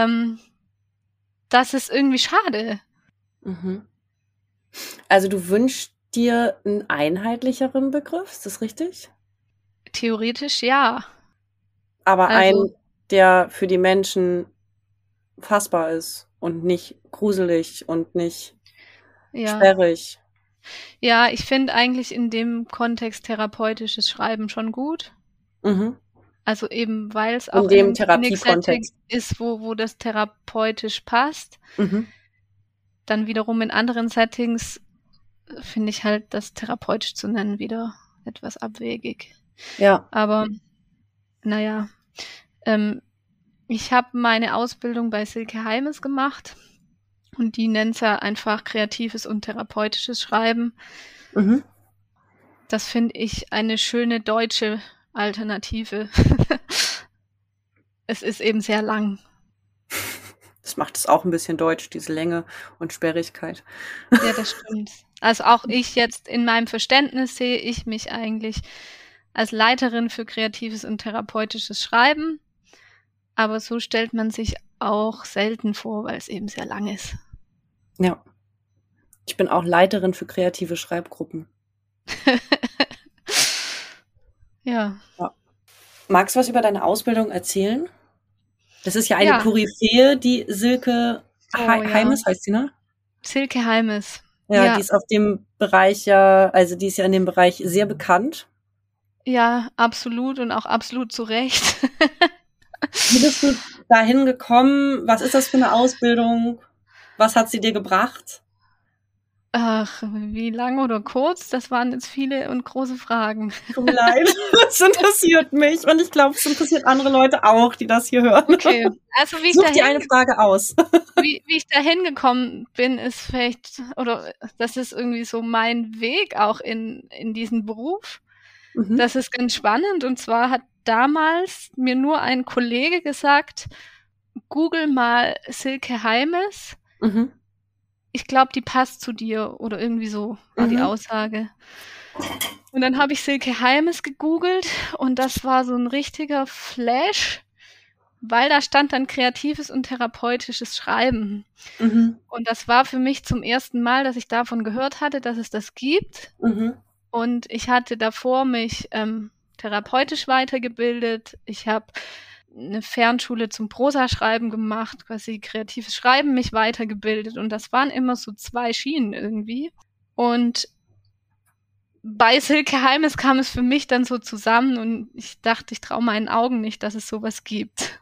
das ist irgendwie schade. Mhm. Also du wünschst dir einen einheitlicheren Begriff, ist das richtig? Theoretisch ja. Aber einen, der für die Menschen fassbar ist und nicht gruselig und nicht sperrig. Ja, ich finde eigentlich in dem Kontext therapeutisches Schreiben schon gut. Mhm. Also eben, weil es auch in dem Therapiekontext ist, wo das therapeutisch passt. Mhm. Dann wiederum in anderen Settings finde ich halt, das therapeutisch zu nennen wieder etwas abwegig. Ja. Aber naja, ich habe meine Ausbildung bei Silke Heimes gemacht und die nennt es ja einfach kreatives und therapeutisches Schreiben. Mhm. Das finde ich eine schöne deutsche Alternative. Es ist eben sehr lang. Das macht es auch ein bisschen deutsch, diese Länge und Sperrigkeit. Ja, das stimmt. Also auch ich jetzt in meinem Verständnis sehe ich mich eigentlich als Leiterin für kreatives und therapeutisches Schreiben. Aber so stellt man sich auch selten vor, weil es eben sehr lang ist. Ja. Ich bin auch Leiterin für kreative Schreibgruppen. Ja. Magst du was über deine Ausbildung erzählen? Das ist ja eine Koryphäe, die Silke Heimes heißt sie, ne? Silke Heimes. Ja, die ist auf dem Bereich also die ist ja in dem Bereich sehr bekannt. Ja, absolut und auch absolut zu Recht. Wie bist du dahin gekommen? Was ist das für eine Ausbildung? Was hat sie dir gebracht? Ach, wie lang oder kurz? Das waren jetzt viele und große Fragen. Tut mir leid, das interessiert mich und ich glaube, es interessiert andere Leute auch, die das hier hören. Okay, also Such dir eine Frage aus. Wie ich da hingekommen bin, ist vielleicht, oder das ist irgendwie so mein Weg auch in diesen Beruf. Mhm. Das ist ganz spannend und zwar hat damals mir nur ein Kollege gesagt, google mal Silke Heimes. Mhm. Ich glaube, die passt zu dir oder irgendwie so war die Aussage. Und dann habe ich Silke Heimes gegoogelt und das war so ein richtiger Flash, weil da stand dann kreatives und therapeutisches Schreiben. Mhm. Und das war für mich zum ersten Mal, dass ich davon gehört hatte, dass es das gibt. Mhm. Und ich hatte davor mich therapeutisch weitergebildet. Ich habe eine Fernschule zum Prosaschreiben gemacht, quasi kreatives Schreiben mich weitergebildet. Und das waren immer so 2 Schienen irgendwie. Und bei Silke Heimes kam es für mich dann so zusammen und ich dachte, ich traue meinen Augen nicht, dass es sowas gibt.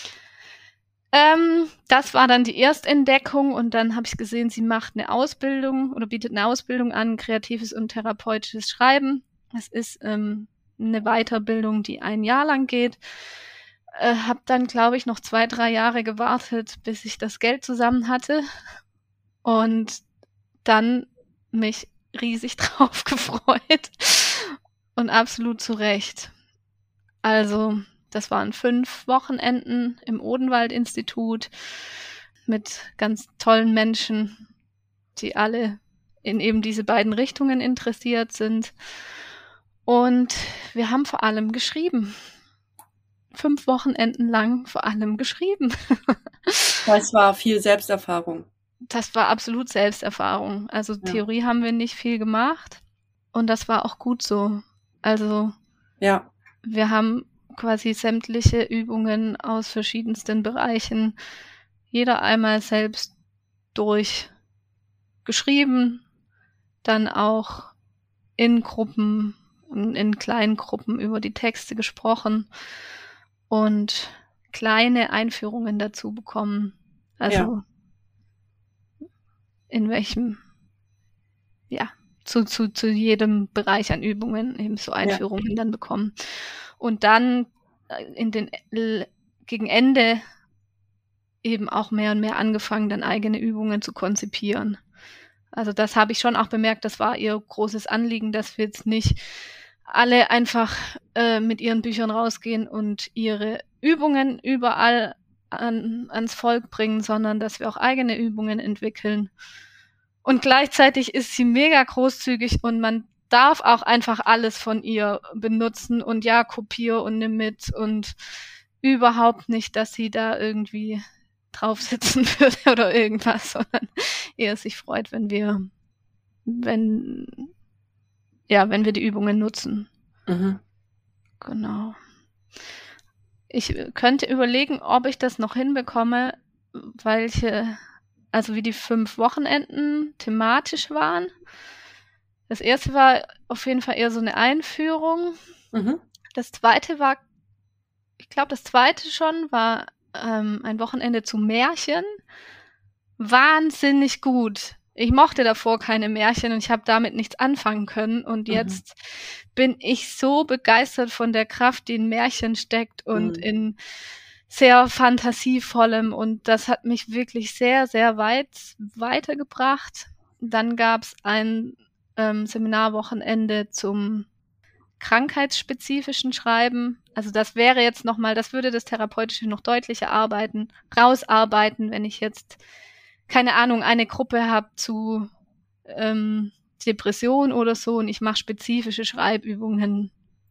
Das war dann die Erstentdeckung und dann habe ich gesehen, sie macht eine Ausbildung oder bietet eine Ausbildung an, kreatives und therapeutisches Schreiben. Das ist eine Weiterbildung, die 1 Jahr lang geht. Habe dann, glaube ich, noch 2, 3 Jahre gewartet, bis ich das Geld zusammen hatte und dann mich riesig drauf gefreut und absolut zu Recht. Also, das waren 5 Wochenenden im Odenwald-Institut mit ganz tollen Menschen, die alle in eben diese beiden Richtungen interessiert sind. Und wir haben vor allem geschrieben. 5 Wochenenden lang vor allem geschrieben. Das war viel Selbsterfahrung. Das war absolut Selbsterfahrung. Also Theorie haben wir nicht viel gemacht und das war auch gut so. Also wir haben quasi sämtliche Übungen aus verschiedensten Bereichen jeder einmal selbst durchgeschrieben, dann auch in Gruppen, in kleinen Gruppen über die Texte gesprochen und kleine Einführungen dazu bekommen. Also in welchem, zu jedem Bereich an Übungen eben so Einführungen dann bekommen. Und dann gegen Ende eben auch mehr und mehr angefangen, dann eigene Übungen zu konzipieren. Also das habe ich schon auch bemerkt, das war ihr großes Anliegen, dass wir jetzt nicht alle einfach mit ihren Büchern rausgehen und ihre Übungen überall ans Volk bringen, sondern dass wir auch eigene Übungen entwickeln. Und gleichzeitig ist sie mega großzügig und man darf auch einfach alles von ihr benutzen und kopiere und nimm mit und überhaupt nicht, dass sie da irgendwie drauf sitzen würde oder irgendwas, sondern eher sich freut, wenn wir die Übungen nutzen. Mhm. Genau. Ich könnte überlegen, ob ich das noch hinbekomme, wie die 5 Wochenenden thematisch waren. Das erste war auf jeden Fall eher so eine Einführung. Mhm. Das zweite war ein Wochenende zu Märchen. Wahnsinnig gut. Ich mochte davor keine Märchen und ich habe damit nichts anfangen können. Und jetzt bin ich so begeistert von der Kraft, die in Märchen steckt und in sehr fantasievollem. Und das hat mich wirklich sehr, sehr weit weitergebracht. Dann gab es ein Seminarwochenende zum krankheitsspezifischen Schreiben. Also das wäre jetzt das würde das Therapeutische noch deutlicher rausarbeiten, wenn ich jetzt, keine Ahnung, eine Gruppe habe zu Depression oder so und ich mache spezifische Schreibübungen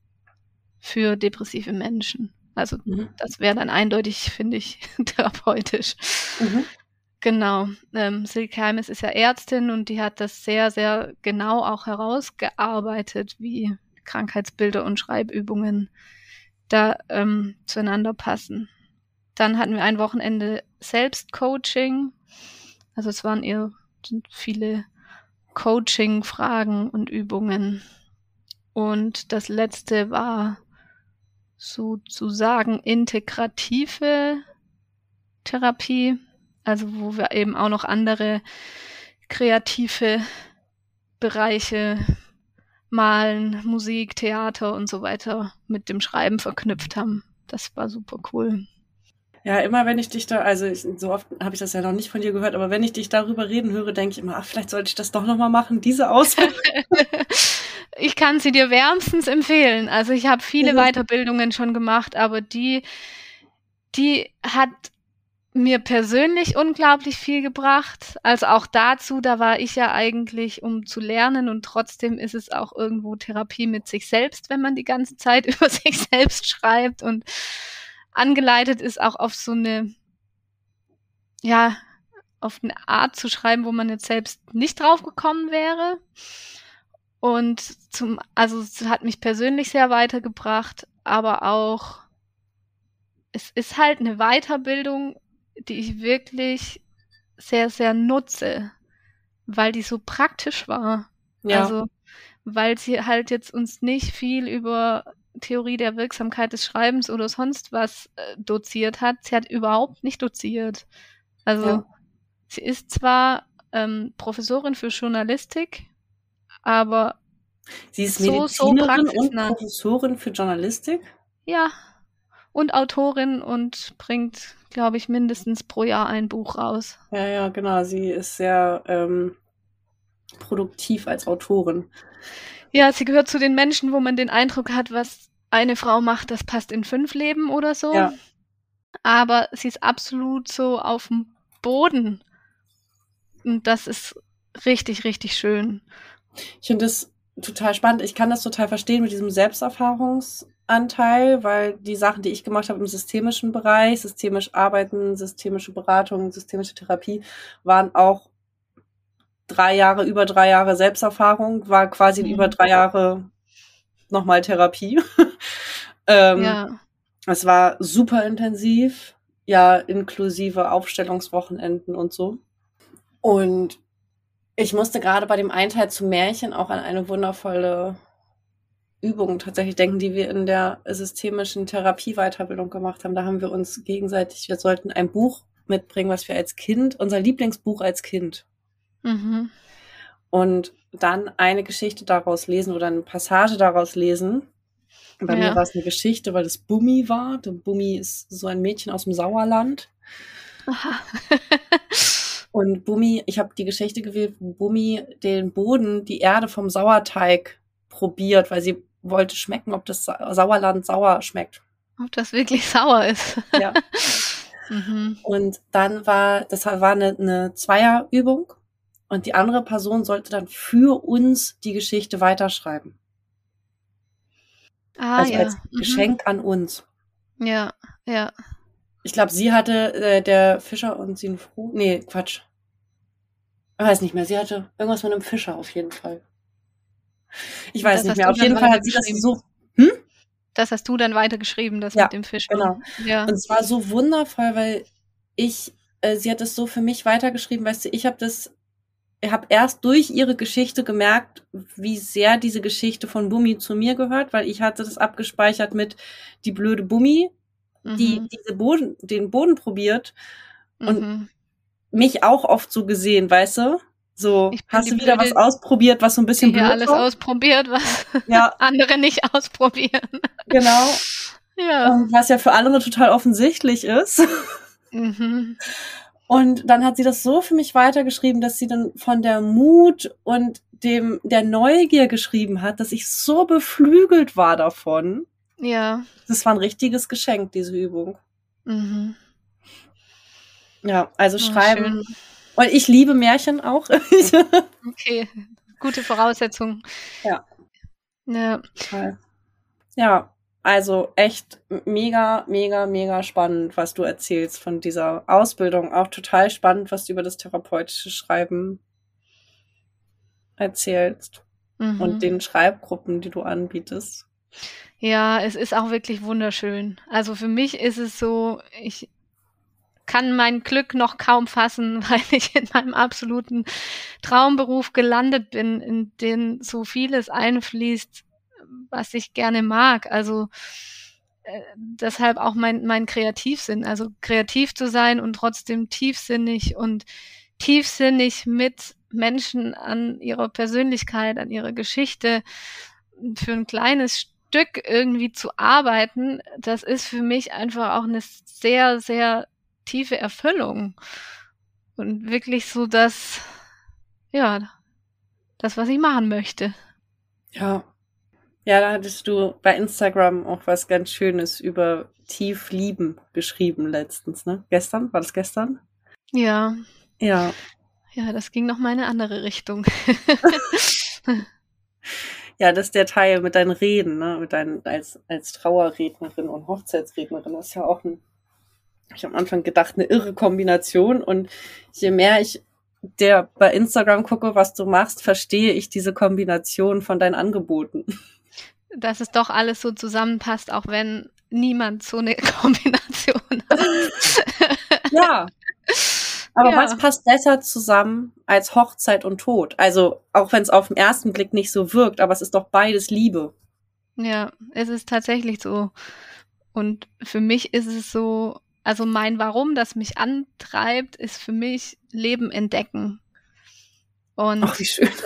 für depressive Menschen. Also das wäre dann eindeutig, finde ich, therapeutisch. Genau. Silke Heimes ist ja Ärztin und die hat das sehr, sehr genau auch herausgearbeitet, wie Krankheitsbilder und Schreibübungen da zueinander passen. Dann hatten wir ein Wochenende Selbstcoaching. Also es waren eher viele Coaching-Fragen und Übungen. Und das letzte war sozusagen integrative Therapie, also wo wir eben auch noch andere kreative Bereiche, Malen, Musik, Theater und so weiter mit dem Schreiben verknüpft haben. Das war super cool. Ja, immer wenn ich dich so oft habe ich das ja noch nicht von dir gehört, aber wenn ich dich darüber reden höre, denke ich immer, vielleicht sollte ich das doch nochmal machen, diese Ausbildung. Ich kann sie dir wärmstens empfehlen. Also ich habe viele Weiterbildungen schon gemacht, aber die hat mir persönlich unglaublich viel gebracht. Also auch dazu, da war ich ja eigentlich, um zu lernen und trotzdem ist es auch irgendwo Therapie mit sich selbst, wenn man die ganze Zeit über sich selbst schreibt und angeleitet ist auch auf so eine, auf eine Art zu schreiben, wo man jetzt selbst nicht drauf gekommen wäre. Und es hat mich persönlich sehr weitergebracht, aber auch, es ist halt eine Weiterbildung, die ich wirklich sehr, sehr nutze, weil die so praktisch war. Ja. Also, weil sie halt jetzt uns nicht viel über Theorie der Wirksamkeit des Schreibens oder sonst was doziert hat. Sie hat überhaupt nicht doziert. Also, sie ist zwar Professorin für Journalistik, aber sie ist Medizinerin und Professorin für Journalistik? Ja, und Autorin und bringt, glaube ich, mindestens pro Jahr ein Buch raus. Ja, genau. Sie ist sehr produktiv als Autorin. Ja, sie gehört zu den Menschen, wo man den Eindruck hat, was eine Frau macht, das passt in 5 Leben oder so. Ja. Aber sie ist absolut so auf dem Boden. Und das ist richtig, richtig schön. Ich finde das total spannend. Ich kann das total verstehen mit diesem Selbsterfahrungsanteil, weil die Sachen, die ich gemacht habe im systemischen Bereich, systemisch arbeiten, systemische Beratung, systemische Therapie, waren auch über 3 Jahre Selbsterfahrung, war quasi über 3 Jahre nochmal Therapie. Ja. Es war super intensiv, ja, inklusive Aufstellungswochenenden und so. Und ich musste gerade bei dem Einteil zu Märchen auch an eine wundervolle Übung tatsächlich denken, die wir in der systemischen Therapie-Weiterbildung gemacht haben. Da haben wir uns gegenseitig, wir sollten ein Buch mitbringen, was wir als Kind, unser Lieblingsbuch als Kind. Mhm. Und dann eine Geschichte daraus lesen oder eine Passage daraus lesen. Bei mir war es eine Geschichte, weil das Bummi war. Der Bummi ist so ein Mädchen aus dem Sauerland. Aha. Und Bummi, ich habe die Geschichte gewählt, wo Bummi den Boden, die Erde vom Sauerteig probiert, weil sie wollte schmecken, ob das Sauerland sauer schmeckt. Ob das wirklich sauer ist. Ja. Und dann das war eine Zweierübung und die andere Person sollte dann für uns die Geschichte weiterschreiben. Also als Geschenk an uns. Ja, ja. Ich glaube, sie hatte der Fischer und sie ein Froh. Nee, Quatsch. Ich weiß nicht mehr. Sie hatte irgendwas mit einem Fischer auf jeden Fall. Ich weiß nicht mehr. Auf jeden Fall hat sie das so. Das hast du dann weitergeschrieben, das mit dem Fischer. Genau. Ja. Und es war so wundervoll, weil sie hat es so für mich weitergeschrieben, weißt du, ich habe erst durch ihre Geschichte gemerkt, wie sehr diese Geschichte von Bummi zu mir gehört, weil ich hatte das abgespeichert mit die blöde Bummi, die den Boden probiert und mich auch oft so gesehen, weißt du? So, hast du wieder was ausprobiert, was so ein bisschen blöd war? alles ausprobiert, was andere nicht ausprobieren. Genau. Ja. Und was ja für andere total offensichtlich ist. Und dann hat sie das so für mich weitergeschrieben, dass sie dann von der Mut und der Neugier geschrieben hat, dass ich so beflügelt war davon. Ja. Das war ein richtiges Geschenk, diese Übung. Ja, also schreiben. Schön. Und ich liebe Märchen auch. Okay, gute Voraussetzung. Ja. Ja, also echt mega, mega, mega spannend, was du erzählst von dieser Ausbildung. Auch total spannend, was du über das therapeutische Schreiben erzählst. Und den Schreibgruppen, die du anbietest. Ja, es ist auch wirklich wunderschön. Also für mich ist es so, ich kann mein Glück noch kaum fassen, weil ich in meinem absoluten Traumberuf gelandet bin, in den so vieles einfließt, was ich gerne mag. Also deshalb auch mein Kreativsinn. Also kreativ zu sein und trotzdem tiefsinnig und tiefsinnig mit Menschen an ihrer Persönlichkeit, an ihrer Geschichte für ein kleines Stück irgendwie zu arbeiten, das ist für mich einfach auch eine sehr, sehr tiefe Erfüllung. Und wirklich so das, was ich machen möchte. Ja. Ja, da hattest du bei Instagram auch was ganz Schönes über tief lieben geschrieben letztens, ne? Gestern? War das gestern? Ja. Ja. Ja, das ging noch mal in eine andere Richtung. Ja, das ist der Teil mit deinen Reden, ne? Mit als Trauerrednerin und Hochzeitsrednerin. Das ist ja auch ich habe am Anfang gedacht, eine irre Kombination. Und je mehr ich bei Instagram gucke, was du machst, verstehe ich diese Kombination von deinen Angeboten. Dass es doch alles so zusammenpasst, auch wenn niemand so eine Kombination hat. Ja. Aber was passt besser zusammen als Hochzeit und Tod? Also, auch wenn es auf den ersten Blick nicht so wirkt, aber es ist doch beides Liebe. Ja, es ist tatsächlich so. Und für mich ist es so, also mein Warum, das mich antreibt, ist für mich Leben entdecken. Und ach, wie schön.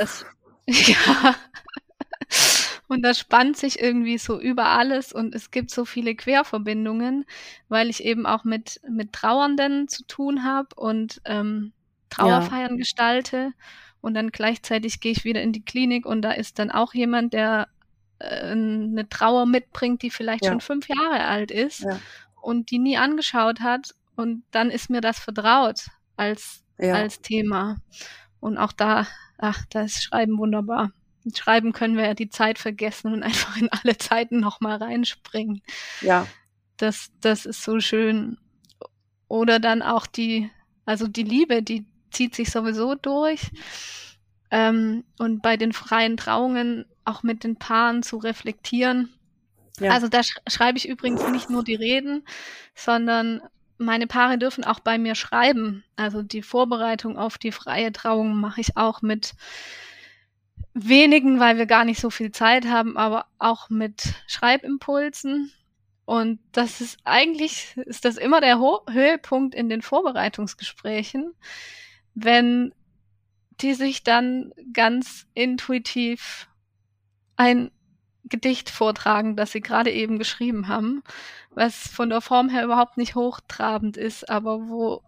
Und das spannt sich irgendwie so über alles und es gibt so viele Querverbindungen, weil ich eben auch mit Trauernden zu tun habe und Trauerfeiern gestalte und dann gleichzeitig gehe ich wieder in die Klinik und da ist dann auch jemand, der eine Trauer mitbringt, die vielleicht schon 5 Jahre alt ist und die nie angeschaut hat und dann ist mir das vertraut als Thema. Und auch da ist Schreiben wunderbar. Mit Schreiben können wir ja die Zeit vergessen und einfach in alle Zeiten nochmal reinspringen. Ja. Das ist so schön. Oder dann auch die Liebe, die zieht sich sowieso durch. Und bei den freien Trauungen auch mit den Paaren zu reflektieren. Ja. Also da schreibe ich übrigens nicht nur die Reden, sondern meine Paare dürfen auch bei mir schreiben. Also die Vorbereitung auf die freie Trauung mache ich auch mit wenigen, weil wir gar nicht so viel Zeit haben, aber auch mit Schreibimpulsen. Und das ist das immer der Höhepunkt in den Vorbereitungsgesprächen, wenn die sich dann ganz intuitiv ein Gedicht vortragen, das sie gerade eben geschrieben haben, was von der Form her überhaupt nicht hochtrabend ist, aber wo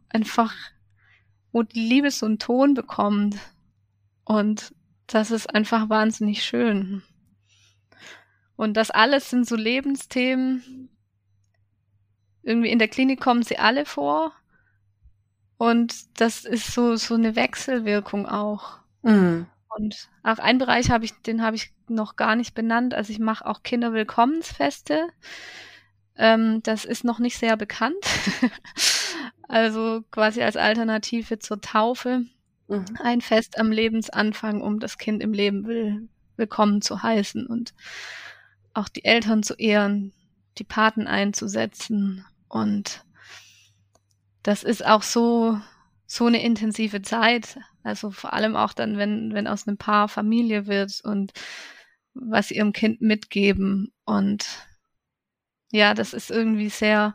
die Liebe so einen Ton bekommt. Und das ist einfach wahnsinnig schön. Und das alles sind so Lebensthemen. Irgendwie in der Klinik kommen sie alle vor. Und das ist so eine Wechselwirkung auch. Mhm. Und auch einen Bereich den habe ich noch gar nicht benannt. Also ich mache auch Kinderwillkommensfeste. Das ist noch nicht sehr bekannt. Also quasi als Alternative zur Taufe. Mhm. Ein Fest am Lebensanfang, um das Kind im Leben willkommen zu heißen und auch die Eltern zu ehren, die Paten einzusetzen. Und das ist auch so eine intensive Zeit. Also vor allem auch dann, wenn aus einem Paar Familie wird und was sie ihrem Kind mitgeben. Und ja, das ist irgendwie sehr,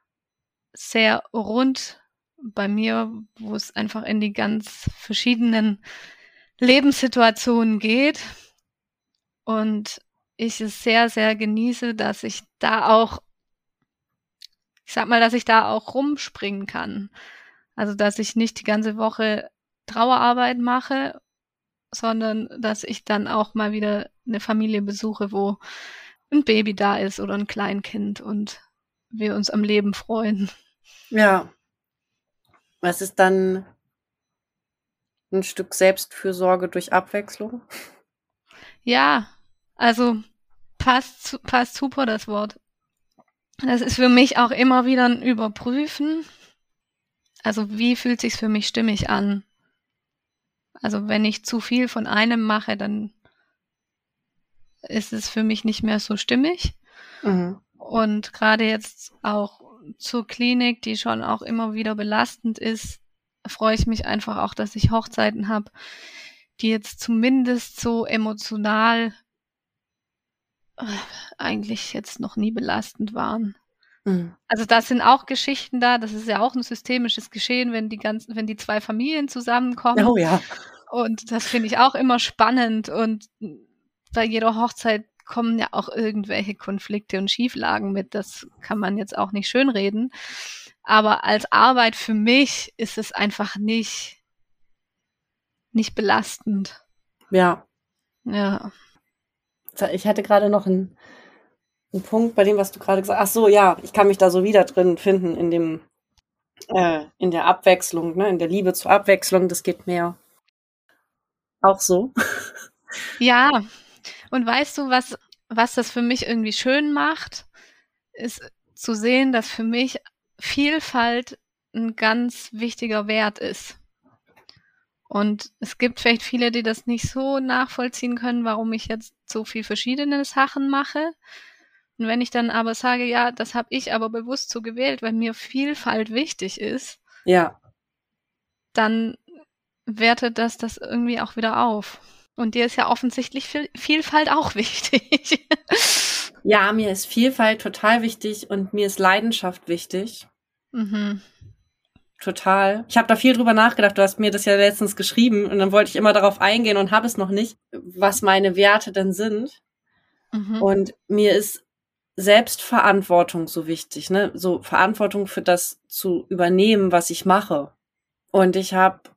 sehr rund bei mir, wo es einfach in die ganz verschiedenen Lebenssituationen geht. Und ich es sehr, sehr genieße, dass ich da auch rumspringen kann. Also, dass ich nicht die ganze Woche Trauerarbeit mache, sondern dass ich dann auch mal wieder eine Familie besuche, wo ein Baby da ist oder ein Kleinkind und wir uns am Leben freuen. Ja. Was ist dann ein Stück Selbstfürsorge durch Abwechslung? Ja, also passt super das Wort. Das ist für mich auch immer wieder ein Überprüfen. Also wie fühlt sich's für mich stimmig an? Also wenn ich zu viel von einem mache, dann ist es für mich nicht mehr so stimmig. Mhm. Und gerade jetzt auch zur Klinik, die schon auch immer wieder belastend ist, freue ich mich einfach auch, dass ich Hochzeiten habe, die jetzt zumindest so emotional eigentlich jetzt noch nie belastend waren. Mhm. Also das sind auch Geschichten da, das ist ja auch ein systemisches Geschehen, wenn die 2 Familien zusammenkommen. Oh ja. Und das finde ich auch immer spannend und bei jeder Hochzeit kommen ja auch irgendwelche Konflikte und Schieflagen mit. Das kann man jetzt auch nicht schönreden. Aber als Arbeit für mich ist es einfach nicht belastend. Ja. Ja. Ich hatte gerade noch einen Punkt bei dem, was du gerade gesagt hast. Ach so, ja, ich kann mich da so wieder drin finden in der Abwechslung, ne, in der Liebe zur Abwechslung. Das geht mir auch so. Ja. Und weißt du, was das für mich irgendwie schön macht, ist zu sehen, dass für mich Vielfalt ein ganz wichtiger Wert ist. Und es gibt vielleicht viele, die das nicht so nachvollziehen können, warum ich jetzt so viel verschiedene Sachen mache. Und wenn ich dann aber sage, ja, das habe ich aber bewusst so gewählt, weil mir Vielfalt wichtig ist, ja, dann wertet das irgendwie auch wieder auf. Und dir ist ja offensichtlich Vielfalt auch wichtig. Ja, mir ist Vielfalt total wichtig und mir ist Leidenschaft wichtig. Mhm. Total. Ich habe da viel drüber nachgedacht. Du hast mir das ja letztens geschrieben und dann wollte ich immer darauf eingehen und habe es noch nicht, was meine Werte denn sind. Mhm. Und mir ist Selbstverantwortung so wichtig, ne? So Verantwortung für das zu übernehmen, was ich mache. Und ich habe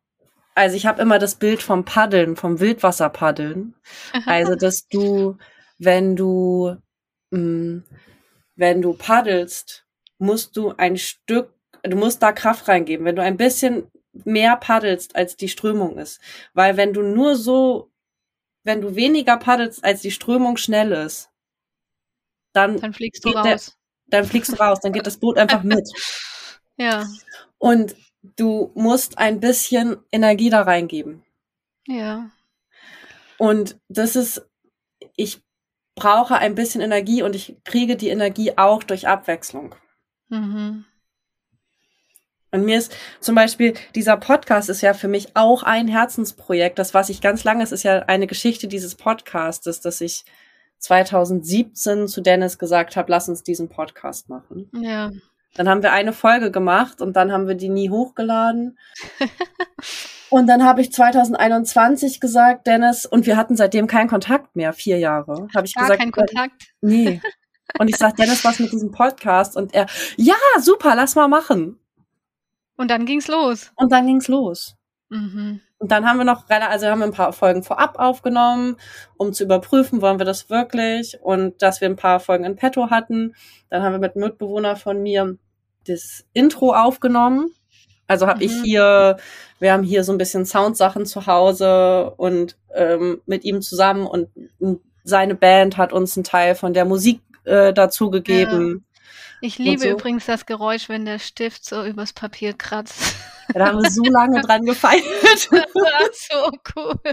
also ich habe immer das Bild vom Paddeln, vom Wildwasserpaddeln. Also, dass du, wenn du, wenn du paddelst, musst du du musst da Kraft reingeben. Wenn du ein bisschen mehr paddelst, als die Strömung ist. Weil wenn du wenn du weniger paddelst, als die Strömung schnell ist, dann fliegst du raus. Dann fliegst du raus, dann geht das Boot einfach mit. Ja. Und du musst ein bisschen Energie da reingeben. Ja. Und ich brauche ein bisschen Energie und ich kriege die Energie auch durch Abwechslung. Mhm. Und mir ist zum Beispiel, dieser Podcast ist ja für mich auch ein Herzensprojekt. Das, was ich ganz lange, es ist ja eine Geschichte dieses Podcastes, dass ich 2017 zu Dennis gesagt habe, lass uns diesen Podcast machen. Ja. Dann haben wir eine Folge gemacht und dann haben wir die nie hochgeladen. Und dann habe ich 2021 gesagt, Dennis, und wir hatten seitdem keinen Kontakt mehr, 4 Jahre. Habe ich gesagt, keinen Kontakt? Nee. Und ich sage, Dennis, was mit diesem Podcast? Und er, ja, super, lass mal machen. Und dann ging's los. Mhm. Und dann haben wir haben wir ein paar Folgen vorab aufgenommen, um zu überprüfen, wollen wir das wirklich? Und dass wir ein paar Folgen in petto hatten. Dann haben wir mit einem Mitbewohner von mir das Intro aufgenommen. Also wir haben hier so ein bisschen Soundsachen zu Hause und mit ihm zusammen und seine Band hat uns einen Teil von der Musik dazu gegeben. Ja. Ich liebe übrigens das Geräusch, wenn der Stift so übers Papier kratzt. Ja, da haben wir so lange dran gefeilt. Das war so cool.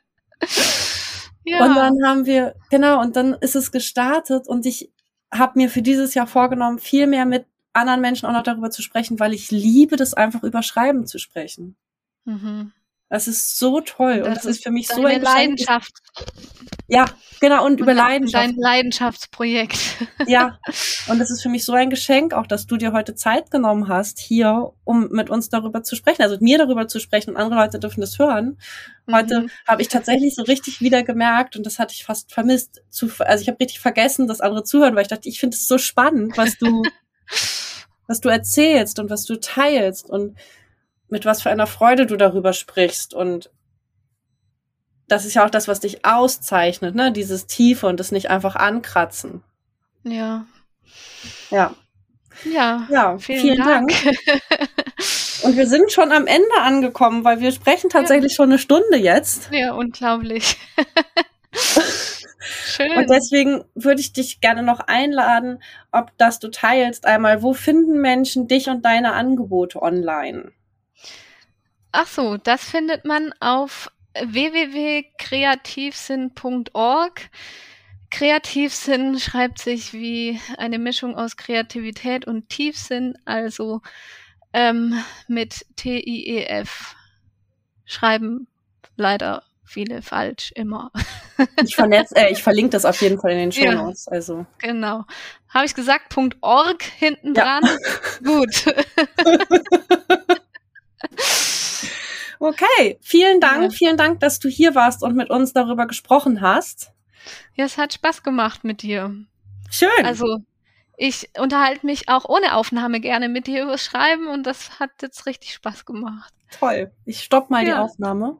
Ja. Und dann ist es gestartet und ich habe mir für dieses Jahr vorgenommen, viel mehr mit anderen Menschen auch noch darüber zu sprechen, weil ich liebe das einfach über Schreiben zu sprechen. Mhm. Das ist so toll und das ist für mich so ein Leidenschaft. Ja, genau, und über Leidenschaft. Dein Leidenschaftsprojekt. Ja, und es ist für mich so ein Geschenk, auch dass du dir heute Zeit genommen hast, hier, um mit uns darüber zu sprechen, also mit mir darüber zu sprechen und andere Leute dürfen das hören. Heute habe ich tatsächlich so richtig wieder gemerkt und das hatte ich fast vermisst, also ich habe richtig vergessen, dass andere zuhören, weil ich dachte, ich finde es so spannend, was du erzählst und was du teilst und mit was für einer Freude du darüber sprichst und das ist ja auch das, was dich auszeichnet, ne? Dieses Tiefe und das nicht einfach ankratzen. Ja. Ja. Ja, vielen Dank. Und wir sind schon am Ende angekommen, weil wir sprechen tatsächlich schon eine Stunde jetzt. Ja, unglaublich. Schön. Und deswegen würde ich dich gerne noch einladen, dass du teilst einmal, wo finden Menschen dich und deine Angebote online? Ach so, das findet man auf www.kreativsinn.org. Kreativsinn schreibt sich wie eine Mischung aus Kreativität und Tiefsinn, also mit TIEF. Schreiben leider viele falsch immer. Ich verlinke das auf jeden Fall in den Shownotes. Ja, also. Genau. Habe ich gesagt, .org hinten dran? Gut. Okay, vielen Dank, dass du hier warst und mit uns darüber gesprochen hast. Ja, es hat Spaß gemacht mit dir. Schön. Also, ich unterhalte mich auch ohne Aufnahme gerne mit dir übers Schreiben und das hat jetzt richtig Spaß gemacht. Toll. Ich stopp mal die Aufnahme.